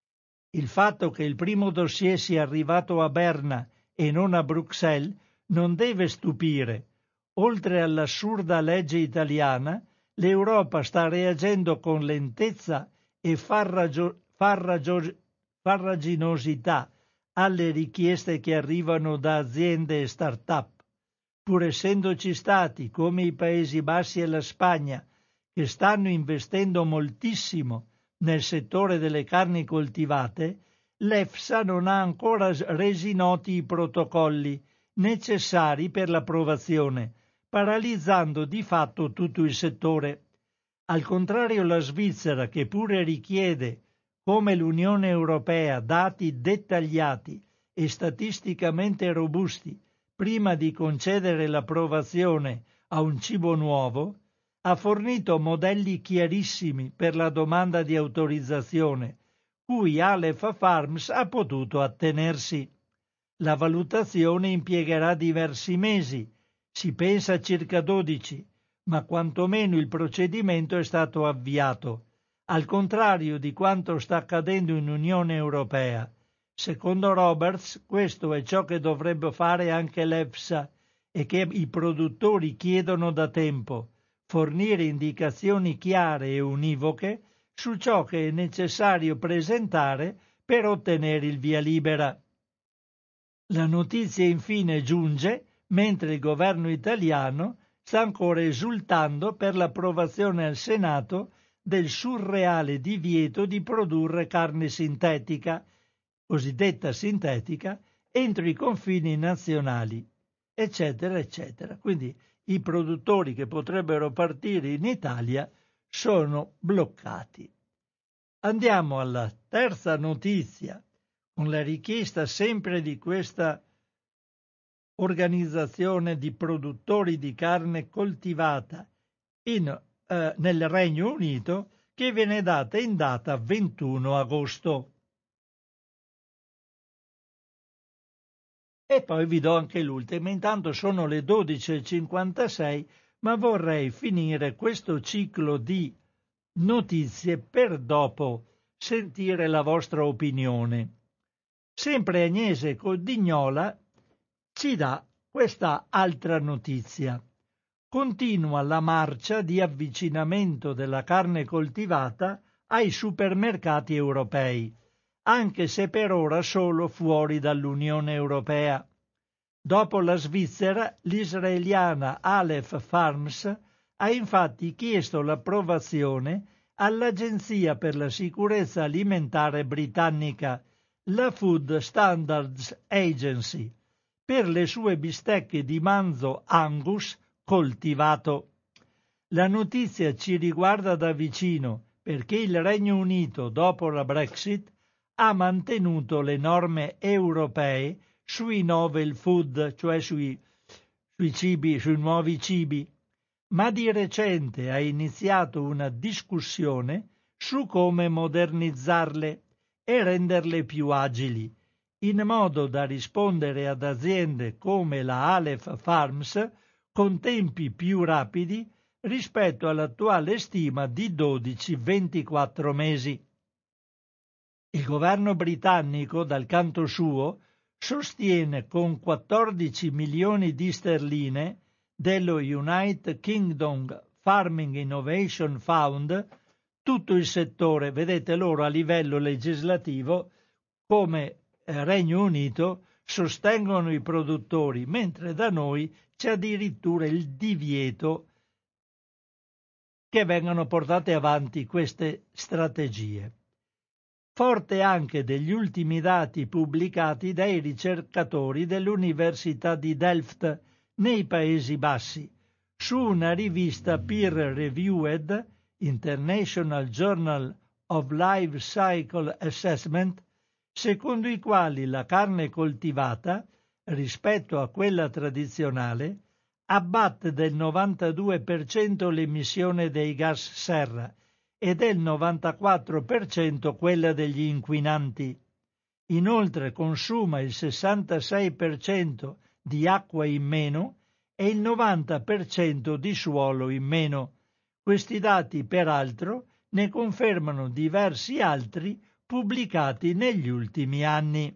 Il fatto che il primo dossier sia arrivato a Berna e non a Bruxelles non deve stupire. Oltre all'assurda legge italiana, l'Europa sta reagendo con lentezza e farragio, farragio, farraginosità alle richieste che arrivano da aziende e start-up. Pur essendoci stati, come i Paesi Bassi e la Spagna, che stanno investendo moltissimo nel settore delle carni coltivate, l'EFSA non ha ancora resi noti i protocolli necessari per l'approvazione, paralizzando di fatto tutto il settore. Al contrario, la Svizzera, che pure richiede, come l'Unione Europea, dati dettagliati e statisticamente robusti prima di concedere l'approvazione a un cibo nuovo, ha fornito modelli chiarissimi per la domanda di autorizzazione, cui Aleph Farms ha potuto attenersi. La valutazione impiegherà diversi mesi, si pensa circa dodici, ma quantomeno il procedimento è stato avviato, al contrario di quanto sta accadendo in Unione Europea. Secondo Roberts, questo è ciò che dovrebbe fare anche l'EFSA e che i produttori chiedono da tempo, fornire indicazioni chiare e univoche su ciò che è necessario presentare per ottenere il via libera. La notizia infine giunge mentre il governo italiano sta ancora esultando per l'approvazione al Senato del surreale divieto di produrre carne sintetica, cosiddetta sintetica, entro i confini nazionali, eccetera, eccetera. Quindi i produttori che potrebbero partire in Italia sono bloccati. Andiamo alla terza notizia, con la richiesta sempre di questa organizzazione di produttori di carne coltivata in, eh, nel Regno Unito, che viene data in data ventuno agosto. E poi vi do anche l'ultima. Intanto sono le dodici e cinquantasei, ma vorrei finire questo ciclo di notizie per dopo sentire la vostra opinione. Sempre Agnese Codignola ci dà questa altra notizia. Continua la marcia di avvicinamento della carne coltivata ai supermercati europei. anche se per ora solo fuori dall'Unione Europea. Dopo la Svizzera, l'israeliana Aleph Farms ha infatti chiesto l'approvazione all'Agenzia per la sicurezza alimentare britannica, la Food Standards Agency, per le sue bistecche di manzo Angus coltivato. La notizia ci riguarda da vicino perché il Regno Unito, dopo la Brexit, ha mantenuto le norme europee sui novel food, cioè sui, sui cibi, sui nuovi cibi, ma di recente ha iniziato una discussione su come modernizzarle e renderle più agili, in modo da rispondere ad aziende come la Aleph Farms con tempi più rapidi rispetto all'attuale stima di dodici ventiquattro mesi. Il governo britannico, dal canto suo, sostiene con quattordici milioni di sterline dello United Kingdom Farming Innovation Fund tutto il settore. Vedete, loro a livello legislativo, come Regno Unito, sostengono i produttori, mentre da noi c'è addirittura il divieto che vengano portate avanti queste strategie. Forte anche degli ultimi dati pubblicati dai ricercatori dell'Università di Delft nei Paesi Bassi su una rivista peer-reviewed International Journal of Life Cycle Assessment, secondo i quali la carne coltivata, rispetto a quella tradizionale, abbatte del novantadue per cento l'emissione dei gas serra e del novantaquattro per cento quella degli inquinanti. Inoltre consuma il sessantasei per cento di acqua in meno e il novanta per cento di suolo in meno. Questi dati, peraltro, ne confermano diversi altri pubblicati negli ultimi anni.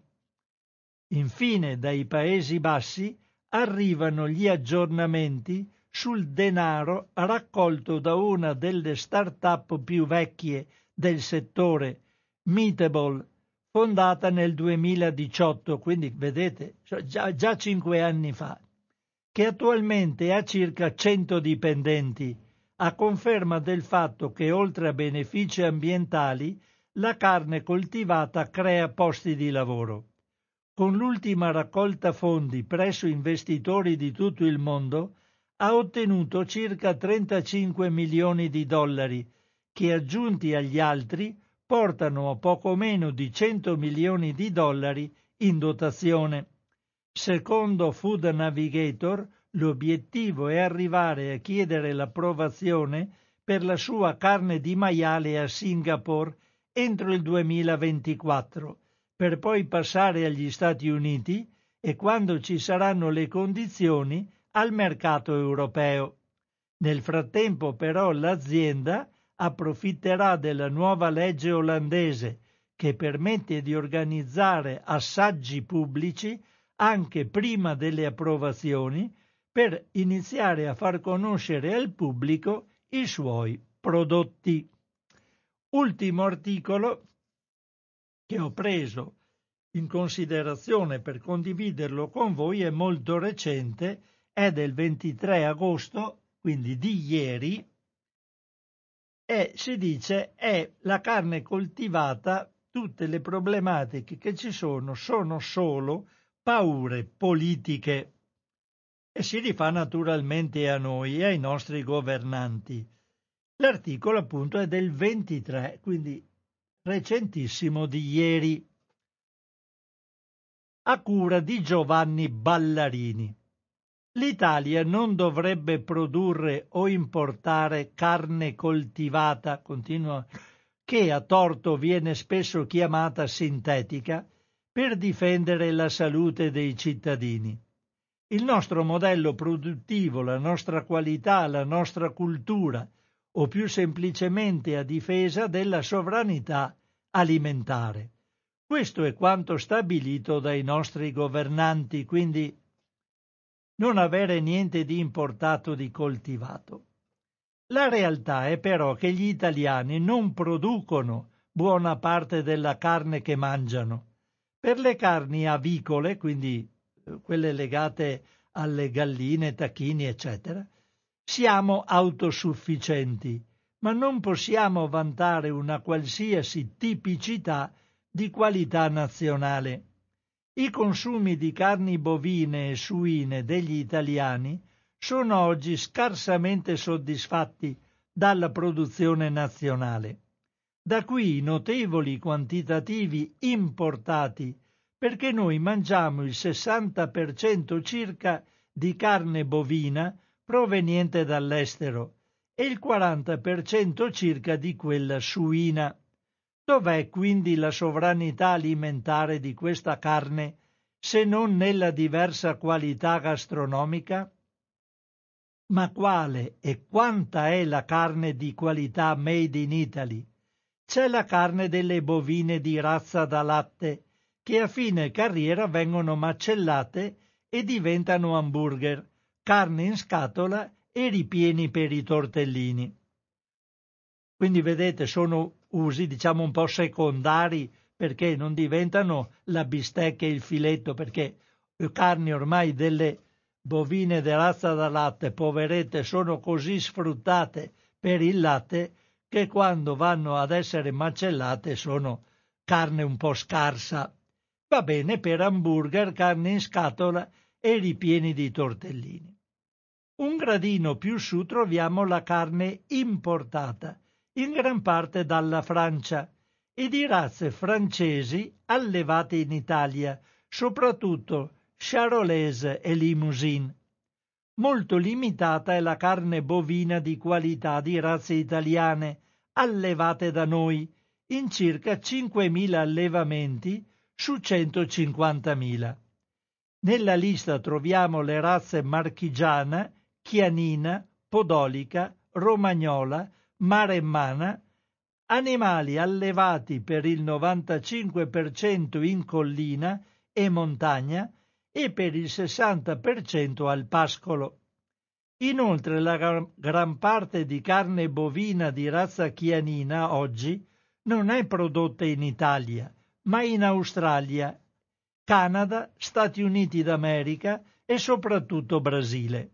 Infine, dai Paesi Bassi arrivano gli aggiornamenti sul denaro raccolto da una delle start-up più vecchie del settore, Meatable, fondata nel duemiladiciotto, quindi vedete, già, già cinque anni fa, che attualmente ha circa cento dipendenti, a conferma del fatto che oltre a benefici ambientali, la carne coltivata crea posti di lavoro. Con l'ultima raccolta fondi presso investitori di tutto il mondo, ha ottenuto circa trentacinque milioni di dollari, che aggiunti agli altri portano a poco meno di cento milioni di dollari in dotazione. Secondo Food Navigator, l'obiettivo è arrivare a chiedere l'approvazione per la sua carne di maiale a Singapore entro il duemilaventiquattro, per poi passare agli Stati Uniti e, quando ci saranno le condizioni, al mercato europeo. Nel frattempo, però, l'azienda approfitterà della nuova legge olandese che permette di organizzare assaggi pubblici anche prima delle approvazioni per iniziare a far conoscere al pubblico i suoi prodotti. Ultimo articolo che ho preso in considerazione per condividerlo con voi è molto recente, è del ventitré agosto, quindi di ieri, e si dice è la carne coltivata, tutte le problematiche che ci sono sono solo paure politiche, e si rifà naturalmente a noi e ai nostri governanti. L'articolo appunto è del ventitré, quindi recentissimo, di ieri, a cura di Giovanni Ballarini. L'Italia non dovrebbe produrre o importare carne coltivata, continua, che a torto viene spesso chiamata sintetica, per difendere la salute dei cittadini. Il nostro modello produttivo, la nostra qualità, la nostra cultura, o più semplicemente a difesa della sovranità alimentare. Questo è quanto stabilito dai nostri governanti, quindi non avere niente di importato di coltivato. La realtà è però che gli italiani non producono buona parte della carne che mangiano. Per le carni avicole, quindi quelle legate alle galline, tacchini, eccetera, siamo autosufficienti, ma non possiamo vantare una qualsiasi tipicità di qualità nazionale. I consumi di carni bovine e suine degli italiani sono oggi scarsamente soddisfatti dalla produzione nazionale. Da qui i notevoli quantitativi importati, perché noi mangiamo il sessanta per cento circa di carne bovina proveniente dall'estero e il quaranta per cento circa di quella suina. Dov'è quindi la sovranità alimentare di questa carne, se non nella diversa qualità gastronomica? Ma quale e quanta è la carne di qualità made in Italy? C'è la carne delle bovine di razza da latte, che a fine carriera vengono macellate e diventano hamburger, carne in scatola e ripieni per i tortellini. Quindi vedete, sono usi diciamo un po' secondari, perché non diventano la bistecca e il filetto, perché le carni ormai delle bovine di razza da latte, poverette, sono così sfruttate per il latte che quando vanno ad essere macellate sono carne un po' scarsa. Va bene per hamburger, carne in scatola e ripieni di tortellini. Un gradino più su troviamo la carne importata, in gran parte dalla Francia, e di razze francesi allevate in Italia, soprattutto charolese e limousin. Molto limitata è la carne bovina di qualità di razze italiane, allevate da noi, in circa cinquemila allevamenti su centocinquantamila. Nella lista troviamo le razze marchigiana, chianina, podolica, romagnola, maremmana, animali allevati per il novantacinque per cento in collina e montagna e per il sessanta per cento al pascolo. Inoltre la gran parte di carne bovina di razza chianina oggi non è prodotta in Italia, ma in Australia, Canada, Stati Uniti d'America e soprattutto Brasile.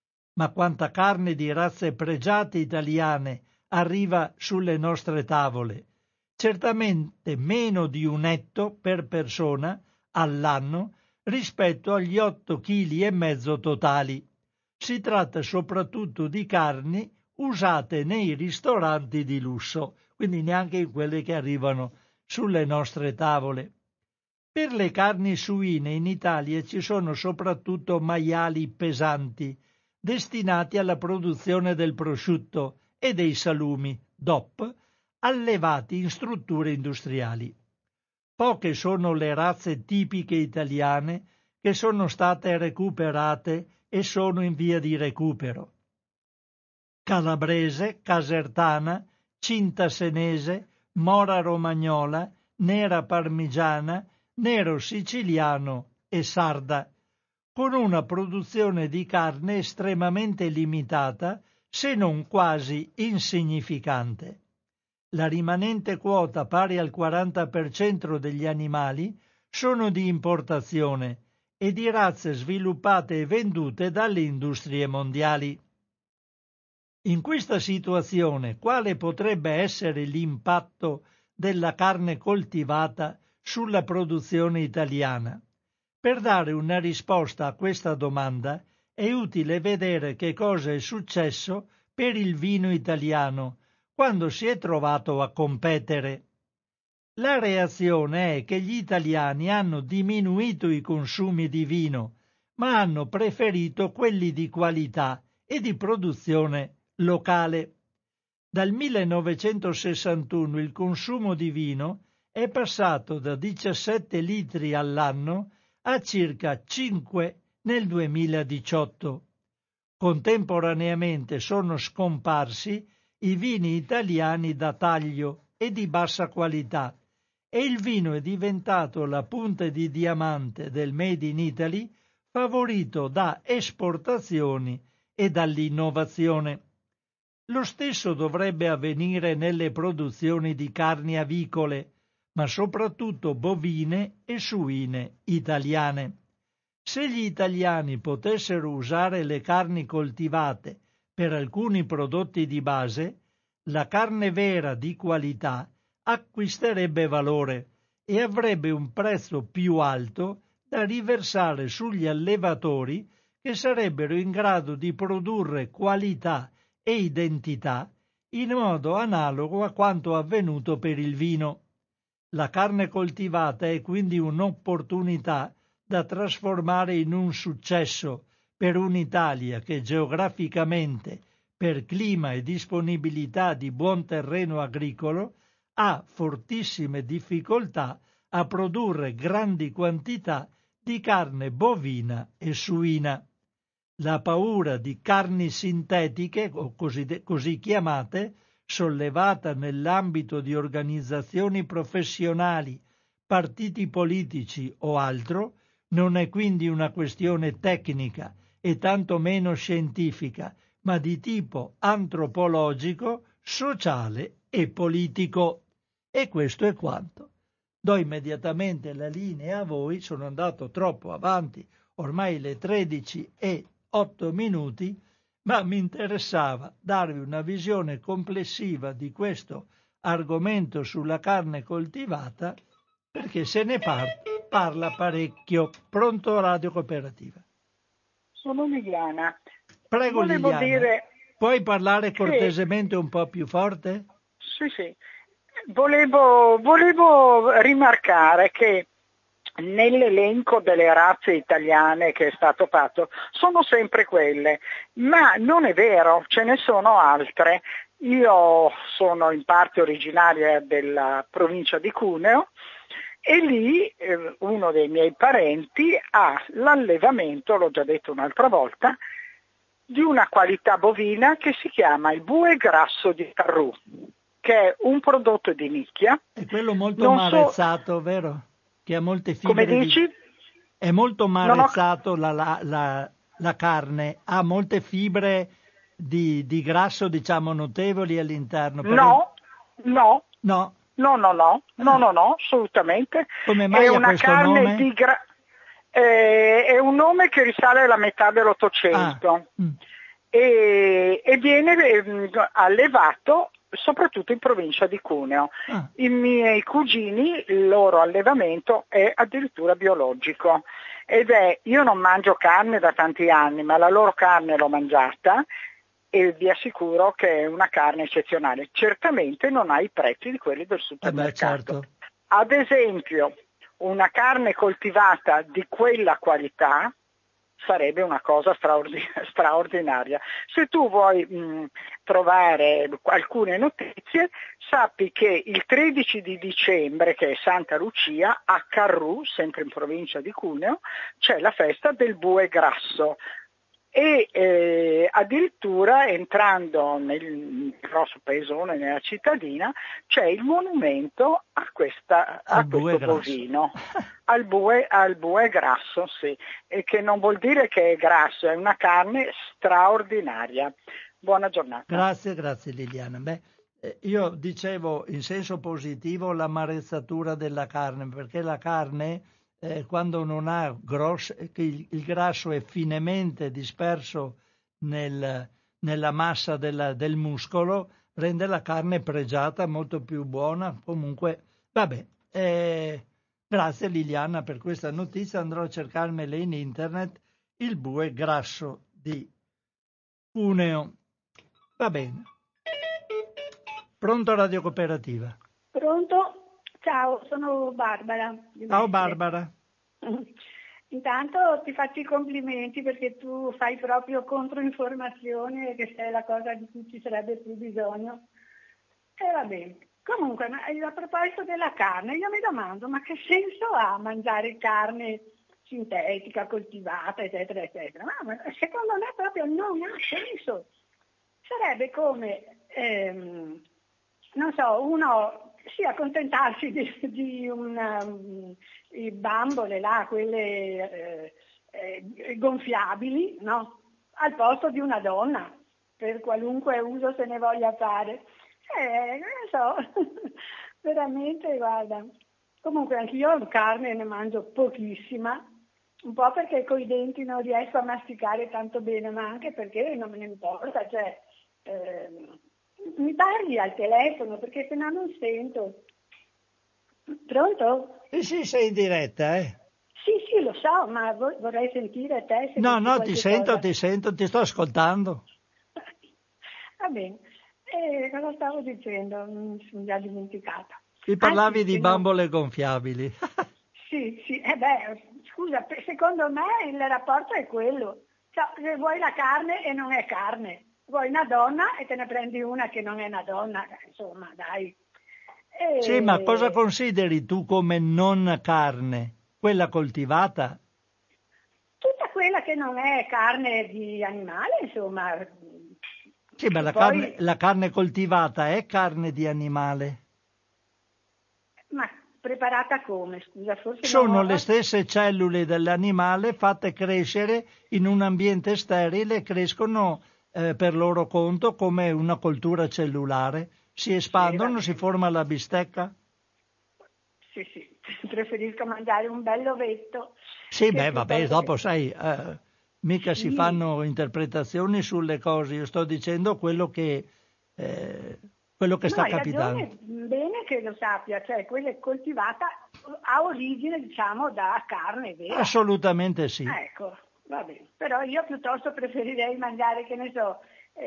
Ma quanta carne di razze pregiate italiane arriva sulle nostre tavole? Certamente meno di un etto per persona all'anno rispetto agli otto chili e mezzo totali. Si tratta soprattutto di carni usate nei ristoranti di lusso, quindi neanche in quelle che arrivano sulle nostre tavole. Per le carni suine in Italia ci sono soprattutto maiali pesanti, destinati alla produzione del prosciutto e dei salumi, D O P, allevati in strutture industriali. Poche sono le razze tipiche italiane che sono state recuperate e sono in via di recupero. Calabrese, casertana, cinta senese, mora romagnola, nera parmigiana, nero siciliano e sarda, con una produzione di carne estremamente limitata, se non quasi insignificante. La rimanente quota, pari al quaranta per cento degli animali, sono di importazione e di razze sviluppate e vendute dalle industrie mondiali. In questa situazione, quale potrebbe essere l'impatto della carne coltivata sulla produzione italiana? Per dare una risposta a questa domanda è utile vedere che cosa è successo per il vino italiano quando si è trovato a competere. La reazione è che gli italiani hanno diminuito i consumi di vino, ma hanno preferito quelli di qualità e di produzione locale. Dal millenovecentosessantuno il consumo di vino è passato da diciassette litri all'anno a circa cinque nel duemiladiciotto. Contemporaneamente sono scomparsi i vini italiani da taglio e di bassa qualità e il vino è diventato la punta di diamante del Made in Italy, favorito da esportazioni e dall'innovazione. Lo stesso dovrebbe avvenire nelle produzioni di carni avicole, ma soprattutto bovine e suine italiane. Se gli italiani potessero usare le carni coltivate per alcuni prodotti di base, la carne vera di qualità acquisterebbe valore e avrebbe un prezzo più alto da riversare sugli allevatori che sarebbero in grado di produrre qualità e identità in modo analogo a quanto avvenuto per il vino. La carne coltivata è quindi un'opportunità da trasformare in un successo per un'Italia che geograficamente, per clima e disponibilità di buon terreno agricolo, ha fortissime difficoltà a produrre grandi quantità di carne bovina e suina. La paura di carni sintetiche, o così, così chiamate, sollevata nell'ambito di organizzazioni professionali, partiti politici o altro, non è quindi una questione tecnica e tanto meno scientifica, ma di tipo antropologico, sociale e politico. E questo è quanto. Do immediatamente la linea a voi, sono andato troppo avanti, ormai le tredici e otto minuti, ma mi interessava darvi una visione complessiva di questo argomento sulla carne coltivata, perché se ne par- parla parecchio. Pronto, Radio Cooperativa? Sono Liliana. Prego. Volevo Liliana, dire puoi parlare che... cortesemente un po' più forte? Sì, sì. Volevo, volevo rimarcare che nell'elenco delle razze italiane che è stato fatto sono sempre quelle, ma non è vero, ce ne sono altre. Io sono in parte originaria della provincia di Cuneo e lì eh, uno dei miei parenti ha l'allevamento, l'ho già detto un'altra volta, di una qualità bovina che si chiama il bue grasso di Carrù, che è un prodotto di nicchia. È quello molto Non marezzato, so... vero? Che ha molte fibre. Come dici? Di... È molto marezzato ho... la, la, la, la carne, ha molte fibre di, di grasso, diciamo, notevoli all'interno. No, no, no, no, no, no, no, no, no, assolutamente. Come mai è ha una questo carne nome? di gra... eh, è un nome che risale alla metà dell'Ottocento ah. mm. e, e viene eh, allevato soprattutto in provincia di Cuneo. Ah. I miei cugini, il loro allevamento è addirittura biologico ed è, io non mangio carne da tanti anni, ma la loro carne l'ho mangiata e vi assicuro che è una carne eccezionale. Certamente non ha i prezzi di quelli del supermercato. Eh beh, certo. Ad esempio, una carne coltivata di quella qualità sarebbe una cosa straordinaria. Se tu vuoi mh, trovare alcune notizie, sappi che il tredici di dicembre, che è Santa Lucia, a Carrù, sempre in provincia di Cuneo, c'è la festa del bue grasso. E eh, addirittura entrando nel grosso paesone, nella cittadina, c'è il monumento a, questa, a questo bovino, al bue, al bue grasso, sì, e che non vuol dire che è grasso, è una carne straordinaria. Buona giornata. Grazie, grazie Liliana. Beh, io dicevo in senso positivo l'amarezzatura della carne, perché la carne... Eh, quando non ha grosso, il, il grasso è finemente disperso nel, nella massa della, del muscolo, rende la carne pregiata, molto più buona. Comunque, vabbè, eh, grazie Liliana per questa notizia, andrò a cercarmela in internet, il bue grasso di Cuneo. Va bene. Pronto Radio Cooperativa? Pronto? Ciao, sono Barbara. Ciao Barbara. Intanto ti faccio i complimenti perché tu fai proprio controinformazione, che è la cosa di cui ci sarebbe più bisogno. E va bene. Comunque, a proposito della carne, io mi domando, ma che senso ha mangiare carne sintetica, coltivata, eccetera, eccetera? Ma secondo me proprio non ha senso. Sarebbe come, ehm, non so, uno... sì, accontentarsi di, di una, um, i bambole là, quelle eh, eh, gonfiabili, no? Al posto di una donna. per qualunque uso se ne voglia fare. Eh, non so, veramente, guarda. Comunque anch'io carne ne mangio pochissima, un po' perché coi denti non riesco a masticare tanto bene, ma anche perché non me ne importa, cioè eh, mi parli al telefono perché se no non sento. Pronto? Sì, sì, sei in diretta, eh? Sì, sì, lo so, ma vorrei sentire te se No, dici no, ti qualche sento, cosa. ti sento, ti sto ascoltando. Va bene. Eh, cosa stavo dicendo? Mi sono già dimenticata. Mi Ah, parlavi sì, di che no. bambole gonfiabili. Sì, sì, eh beh, scusa, secondo me il rapporto è quello. Cioè, se vuoi la carne e non è carne, vuoi una donna e te ne prendi una che non è una donna, insomma, dai. Sì, ma cosa E... consideri tu come non carne? Quella coltivata? Tutta quella che non è carne di animale, insomma, Sì, ma che la carne, poi... la carne coltivata è carne di animale? Ma preparata come? Scusa, forse non Sono ho... le stesse cellule dell'animale fatte crescere in un ambiente sterile e crescono eh, per loro conto come una coltura cellulare. Si Sì, va espandono, si bene. forma la bistecca. Sì, sì, preferisco mangiare un bel ovetto Sì, che beh, vabbè, piuttosto che... dopo sai, eh, mica si Sì, fanno interpretazioni sulle cose. Io sto dicendo quello che, eh, quello che no, sta hai capitando. ragione, bene che lo sappia, cioè quella è coltivata a origine, diciamo, da carne vera. Assolutamente sì. Ecco, va bene. Però io piuttosto preferirei mangiare, che ne so,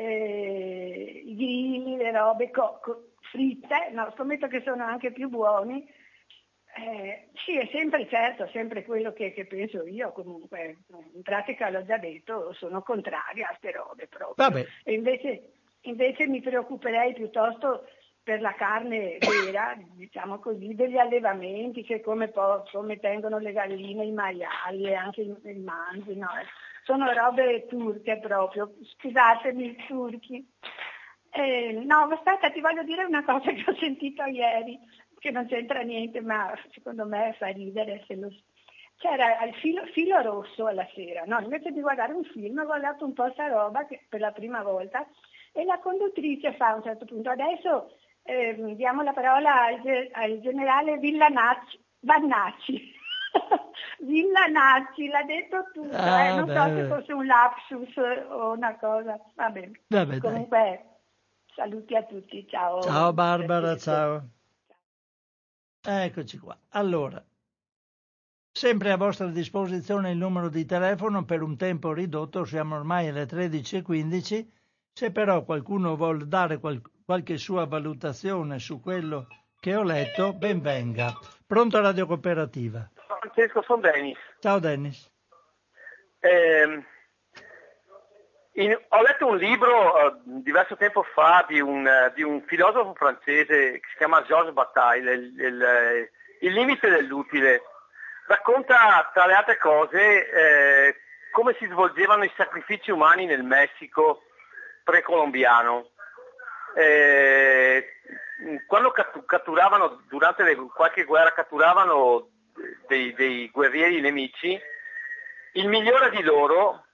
eh, i grilli, le robe co- co- fritte, no, scommetto che sono anche più buoni. Eh, sì, è sempre certo, sempre quello che, che penso io comunque, in pratica l'ho già detto, sono contraria a queste robe proprio. Vabbè, E invece, invece mi preoccuperei piuttosto per la carne vera, diciamo così, degli allevamenti, che come, po- come tengono le galline, i maiali e anche i, i mangi, no? Sono robe turche proprio, scusatemi, turchi. Eh, no, aspetta, ti voglio dire una cosa che ho sentito ieri, che non c'entra niente, ma secondo me fa ridere. Se lo... C'era il filo, filo rosso alla sera, no? Invece di guardare un film ho guardato un po' sta roba che, per la prima volta, e la conduttrice fa a un certo punto, adesso eh, diamo la parola al, al generale Villanacci, Vannacci. Villanacci, l'ha detto tutto, eh? ah, Non so se beh, fosse un lapsus o una cosa, va bene. vabbè, dai. Comunque saluti a tutti, ciao Ciao Barbara, Francesco. ciao. Eccoci qua. Allora, sempre a vostra disposizione il numero di telefono per un tempo ridotto, siamo ormai alle tredici e quindici. Se però qualcuno vuol dare qual- qualche sua valutazione su quello che ho letto, ben venga. Pronto Radio Cooperativa. Francesco, sono Dennis. Ciao Dennis. Eh, in- ho letto un libro eh, diverso tempo fa di un, eh, di un filosofo francese che si chiama Georges Bataille, il, il- il limite dell'utile. Racconta tra le altre cose eh, come si svolgevano i sacrifici umani nel Messico precolombiano. Eh, quando cattu- catturavano, durante le- qualche guerra, catturavano dei, dei guerrieri nemici, il migliore di loro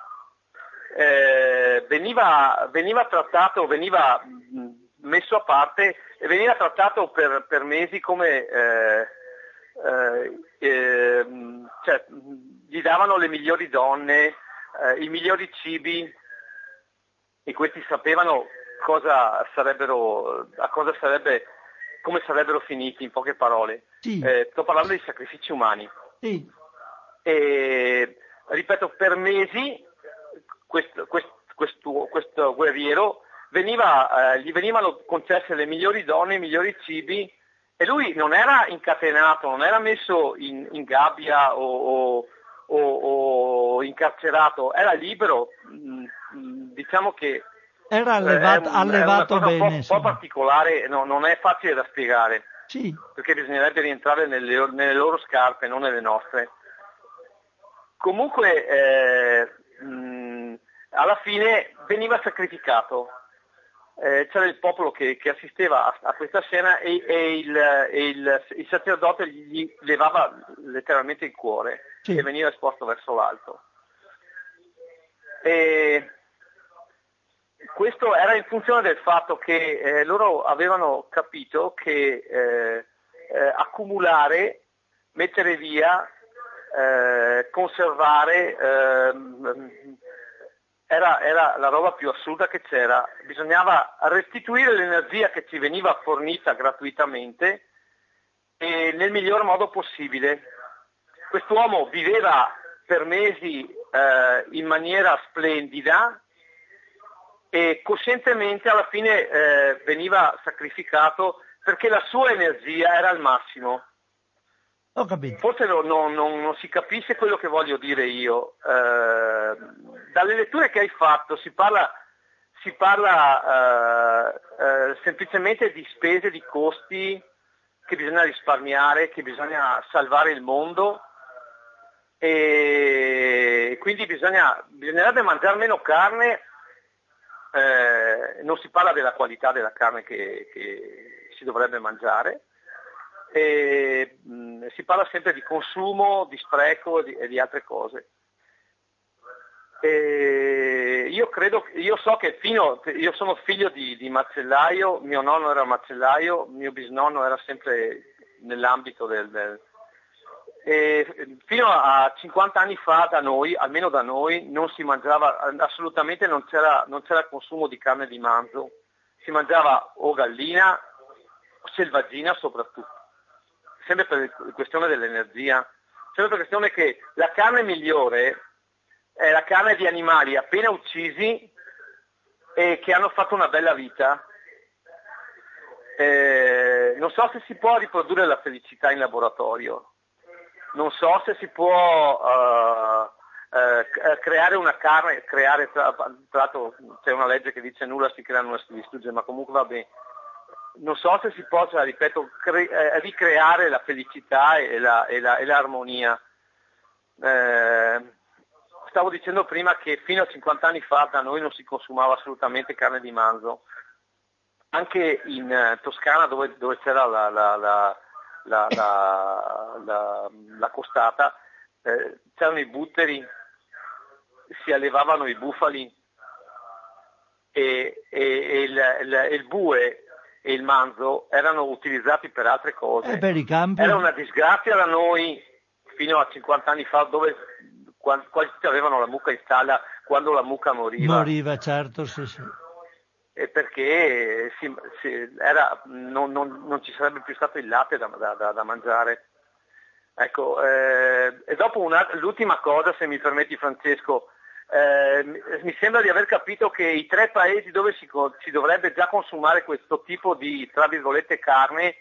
eh, veniva, veniva trattato, veniva mh, messo a parte e veniva trattato per, per mesi come eh, eh, eh, cioè, gli davano le migliori donne, eh, i migliori cibi, e questi sapevano cosa sarebbero, a cosa sarebbe, come sarebbero finiti, in poche parole. Sì, Eh, sto parlando di sacrifici umani. sì, E, ripeto, per mesi questo, questo, questo, questo guerriero veniva, eh, gli venivano concesse le migliori donne, i migliori cibi, e lui non era incatenato, non era messo in, in gabbia o, o, o, o incarcerato, era libero. Mm, mm, diciamo che era eh, è, allevato, un- è una allevato cosa un po', bene, un po' insomma. particolare, no, non è facile da spiegare, Sì, perché bisognerebbe rientrare nelle, nelle loro scarpe, non nelle nostre. Comunque eh, mh, alla fine veniva sacrificato. Eh, c'era il popolo che, che assisteva a, a questa scena e, e, il, e il, il sacerdote gli levava letteralmente il cuore sì. e veniva esposto verso l'alto. E questo era in funzione del fatto che eh, loro avevano capito che eh, eh, accumulare, mettere via, eh, conservare eh, era, era la roba più assurda che c'era. Bisognava restituire l'energia che ci veniva fornita gratuitamente e nel miglior modo possibile. Quest'uomo viveva per mesi eh, in maniera splendida e coscientemente alla fine eh, veniva sacrificato perché la sua energia era al massimo. Ho capito. Forse non, non, non si capisce quello che voglio dire io. Eh, dalle letture che hai fatto si parla, si parla eh, eh, semplicemente di spese, di costi che bisogna risparmiare, che bisogna salvare il mondo e quindi bisogna, bisognerebbe mangiare meno carne. Eh, non si parla della qualità della carne che, che si dovrebbe mangiare. E, mh, si parla sempre di consumo, di spreco di, e di altre cose. E io credo, io so che fino, io sono figlio di, di macellaio, mio nonno era macellaio, mio bisnonno era sempre nell'ambito del, del e fino a cinquanta anni fa da noi, almeno da noi, non si mangiava assolutamente, non c'era, non c'era consumo di carne di manzo, si mangiava o gallina o selvaggina soprattutto. Sempre per questione dell'energia, sempre per questione che la carne migliore è la carne di animali appena uccisi e che hanno fatto una bella vita. Eh, non so se si può riprodurre la felicità in laboratorio, non so se si può uh, uh, creare una carne, creare, tra, tra l'altro c'è una legge che dice nulla si crea, nulla si distrugge, ma comunque va bene. Non so se si possa, ripeto, cre- eh, ricreare la felicità e, la, e, la, e l'armonia. Eh, stavo dicendo prima che fino a cinquanta anni fa da noi non si consumava assolutamente carne di manzo. Anche in uh, Toscana dove, dove c'era la, la, la, la, la, la, la costata, eh, c'erano i butteri, si allevavano i bufali e, e, e il, il, il bue e il manzo erano utilizzati per altre cose. Eh, per i campi. Era una disgrazia da noi fino a cinquanta anni fa, dove quasi tutti avevano la mucca in stalla quando la mucca moriva. Moriva, certo, sì, sì. E perché si, si, era, non, non, non ci sarebbe più stato il latte da, da, da mangiare. Ecco, eh, e dopo una, l'ultima cosa, se mi permetti Francesco, Eh, mi sembra di aver capito che i tre paesi dove si, si dovrebbe già consumare questo tipo di, tra virgolette, carne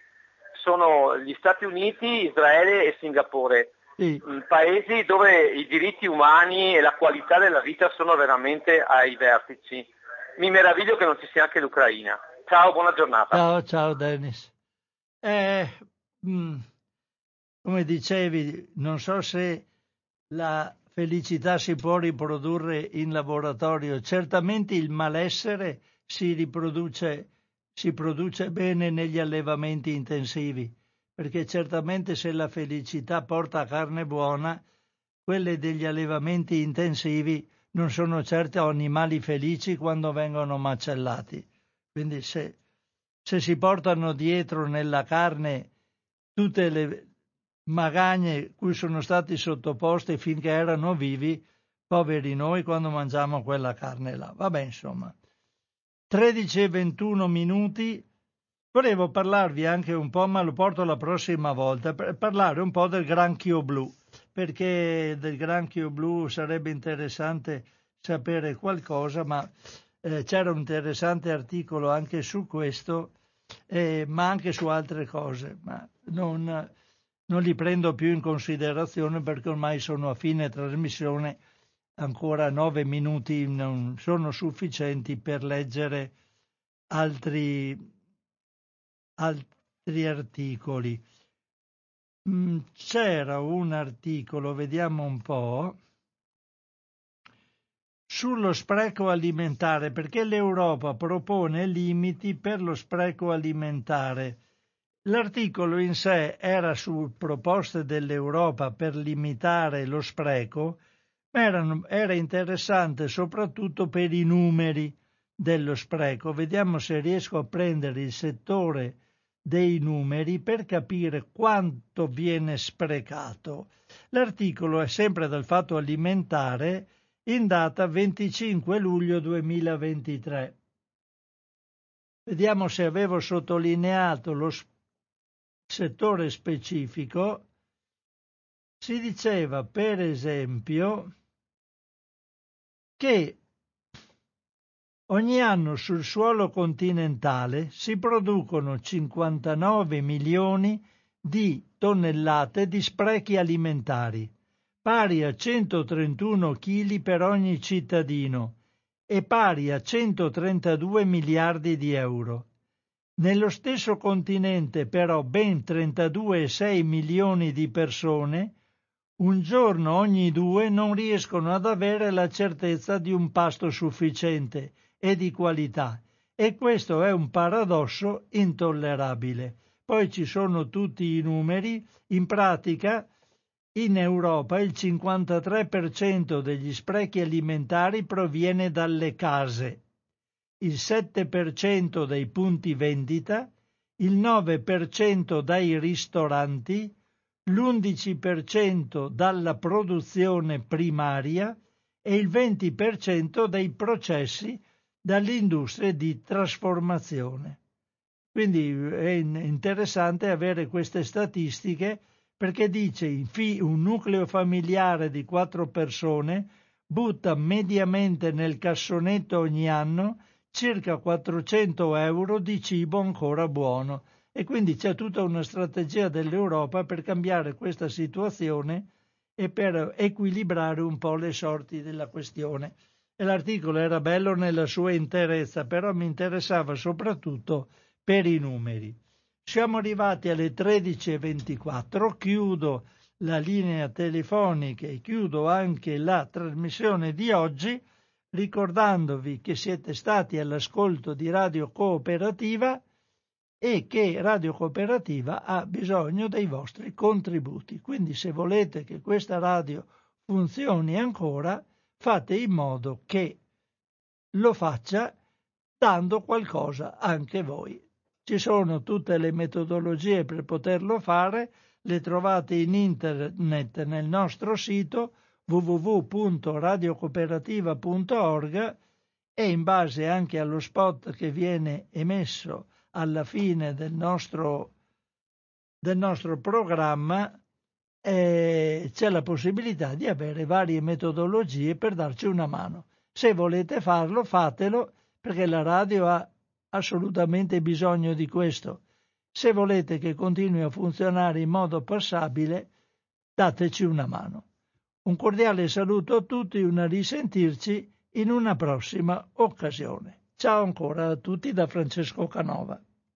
sono gli Stati Uniti, Israele e Singapore. Sì. Paesi dove i diritti umani e la qualità della vita sono veramente ai vertici. Mi meraviglio che non ci sia anche l'Ucraina. Ciao, buona giornata. Ciao, ciao Dennis. Eh, mh, come dicevi, non so se la felicità si può riprodurre in laboratorio. Certamente il malessere si riproduce, si produce bene negli allevamenti intensivi, perché certamente se la felicità porta a carne buona, quelle degli allevamenti intensivi non sono certo animali felici quando vengono macellati. Quindi se, se si portano dietro nella carne tutte le magagne cui sono stati sottoposti finché erano vivi, poveri noi quando mangiamo quella carne là. Vabbè, insomma, tredici e ventuno minuti. Volevo parlarvi anche un po', ma lo porto la prossima volta, per parlare un po' del granchio blu, perché del granchio blu sarebbe interessante sapere qualcosa, ma eh, c'era un interessante articolo anche su questo, eh, ma anche su altre cose, ma non... Non li prendo più in considerazione perché ormai sono a fine trasmissione, ancora nove minuti non sono sufficienti per leggere altri, altri articoli. C'era un articolo, vediamo un po', sullo spreco alimentare, perché l'Europa propone limiti per lo spreco alimentare. L'articolo in sé era su proposte dell'Europa per limitare lo spreco, ma era, era interessante soprattutto per i numeri, dello spreco. Vediamo se riesco a prendere il settore dei numeri per capire quanto viene sprecato. L'articolo è sempre dal Fatto Alimentare in data venticinque luglio duemilaventitré. Vediamo se avevo sottolineato lo settore specifico. Si diceva, per esempio, che ogni anno sul suolo continentale si producono cinquantanove milioni di tonnellate di sprechi alimentari, pari a centotrentuno chili per ogni cittadino e pari a centotrentadue miliardi di euro. Nello stesso continente però ben trentadue virgola sei milioni di persone un giorno ogni due non riescono ad avere la certezza di un pasto sufficiente e di qualità, e questo è un paradosso intollerabile. Poi ci sono tutti i numeri. In pratica in Europa il cinquantatré per cento degli sprechi alimentari proviene dalle case, il sette per cento dai punti vendita, il nove per cento dai ristoranti, l'undici per cento dalla produzione primaria e il venti per cento dai processi dalle industrie di trasformazione. Quindi è interessante avere queste statistiche, perché dice che un nucleo familiare di quattro persone butta mediamente nel cassonetto ogni anno circa quattrocento euro di cibo ancora buono, e quindi c'è tutta una strategia dell'Europa per cambiare questa situazione e per equilibrare un po' le sorti della questione. E l'articolo era bello nella sua interezza, però mi interessava soprattutto per i numeri. Siamo arrivati alle tredici e ventiquattro, chiudo la linea telefonica e chiudo anche la trasmissione di oggi, ricordandovi che siete stati all'ascolto di Radio Cooperativa e che Radio Cooperativa ha bisogno dei vostri contributi. Quindi se volete che questa radio funzioni ancora, fate in modo che lo faccia dando qualcosa anche voi. Ci sono tutte le metodologie per poterlo fare, le trovate in internet nel nostro sito w w w punto radio cooperativa punto org, e in base anche allo spot che viene emesso alla fine del nostro, del nostro programma, eh, c'è la possibilità di avere varie metodologie per darci una mano. Se volete farlo, fatelo, perché la radio ha assolutamente bisogno di questo. Se volete che continui a funzionare in modo passabile, dateci una mano. Un cordiale saluto a tutti, una risentirci in una prossima occasione. Ciao ancora a tutti da Francesco Canova.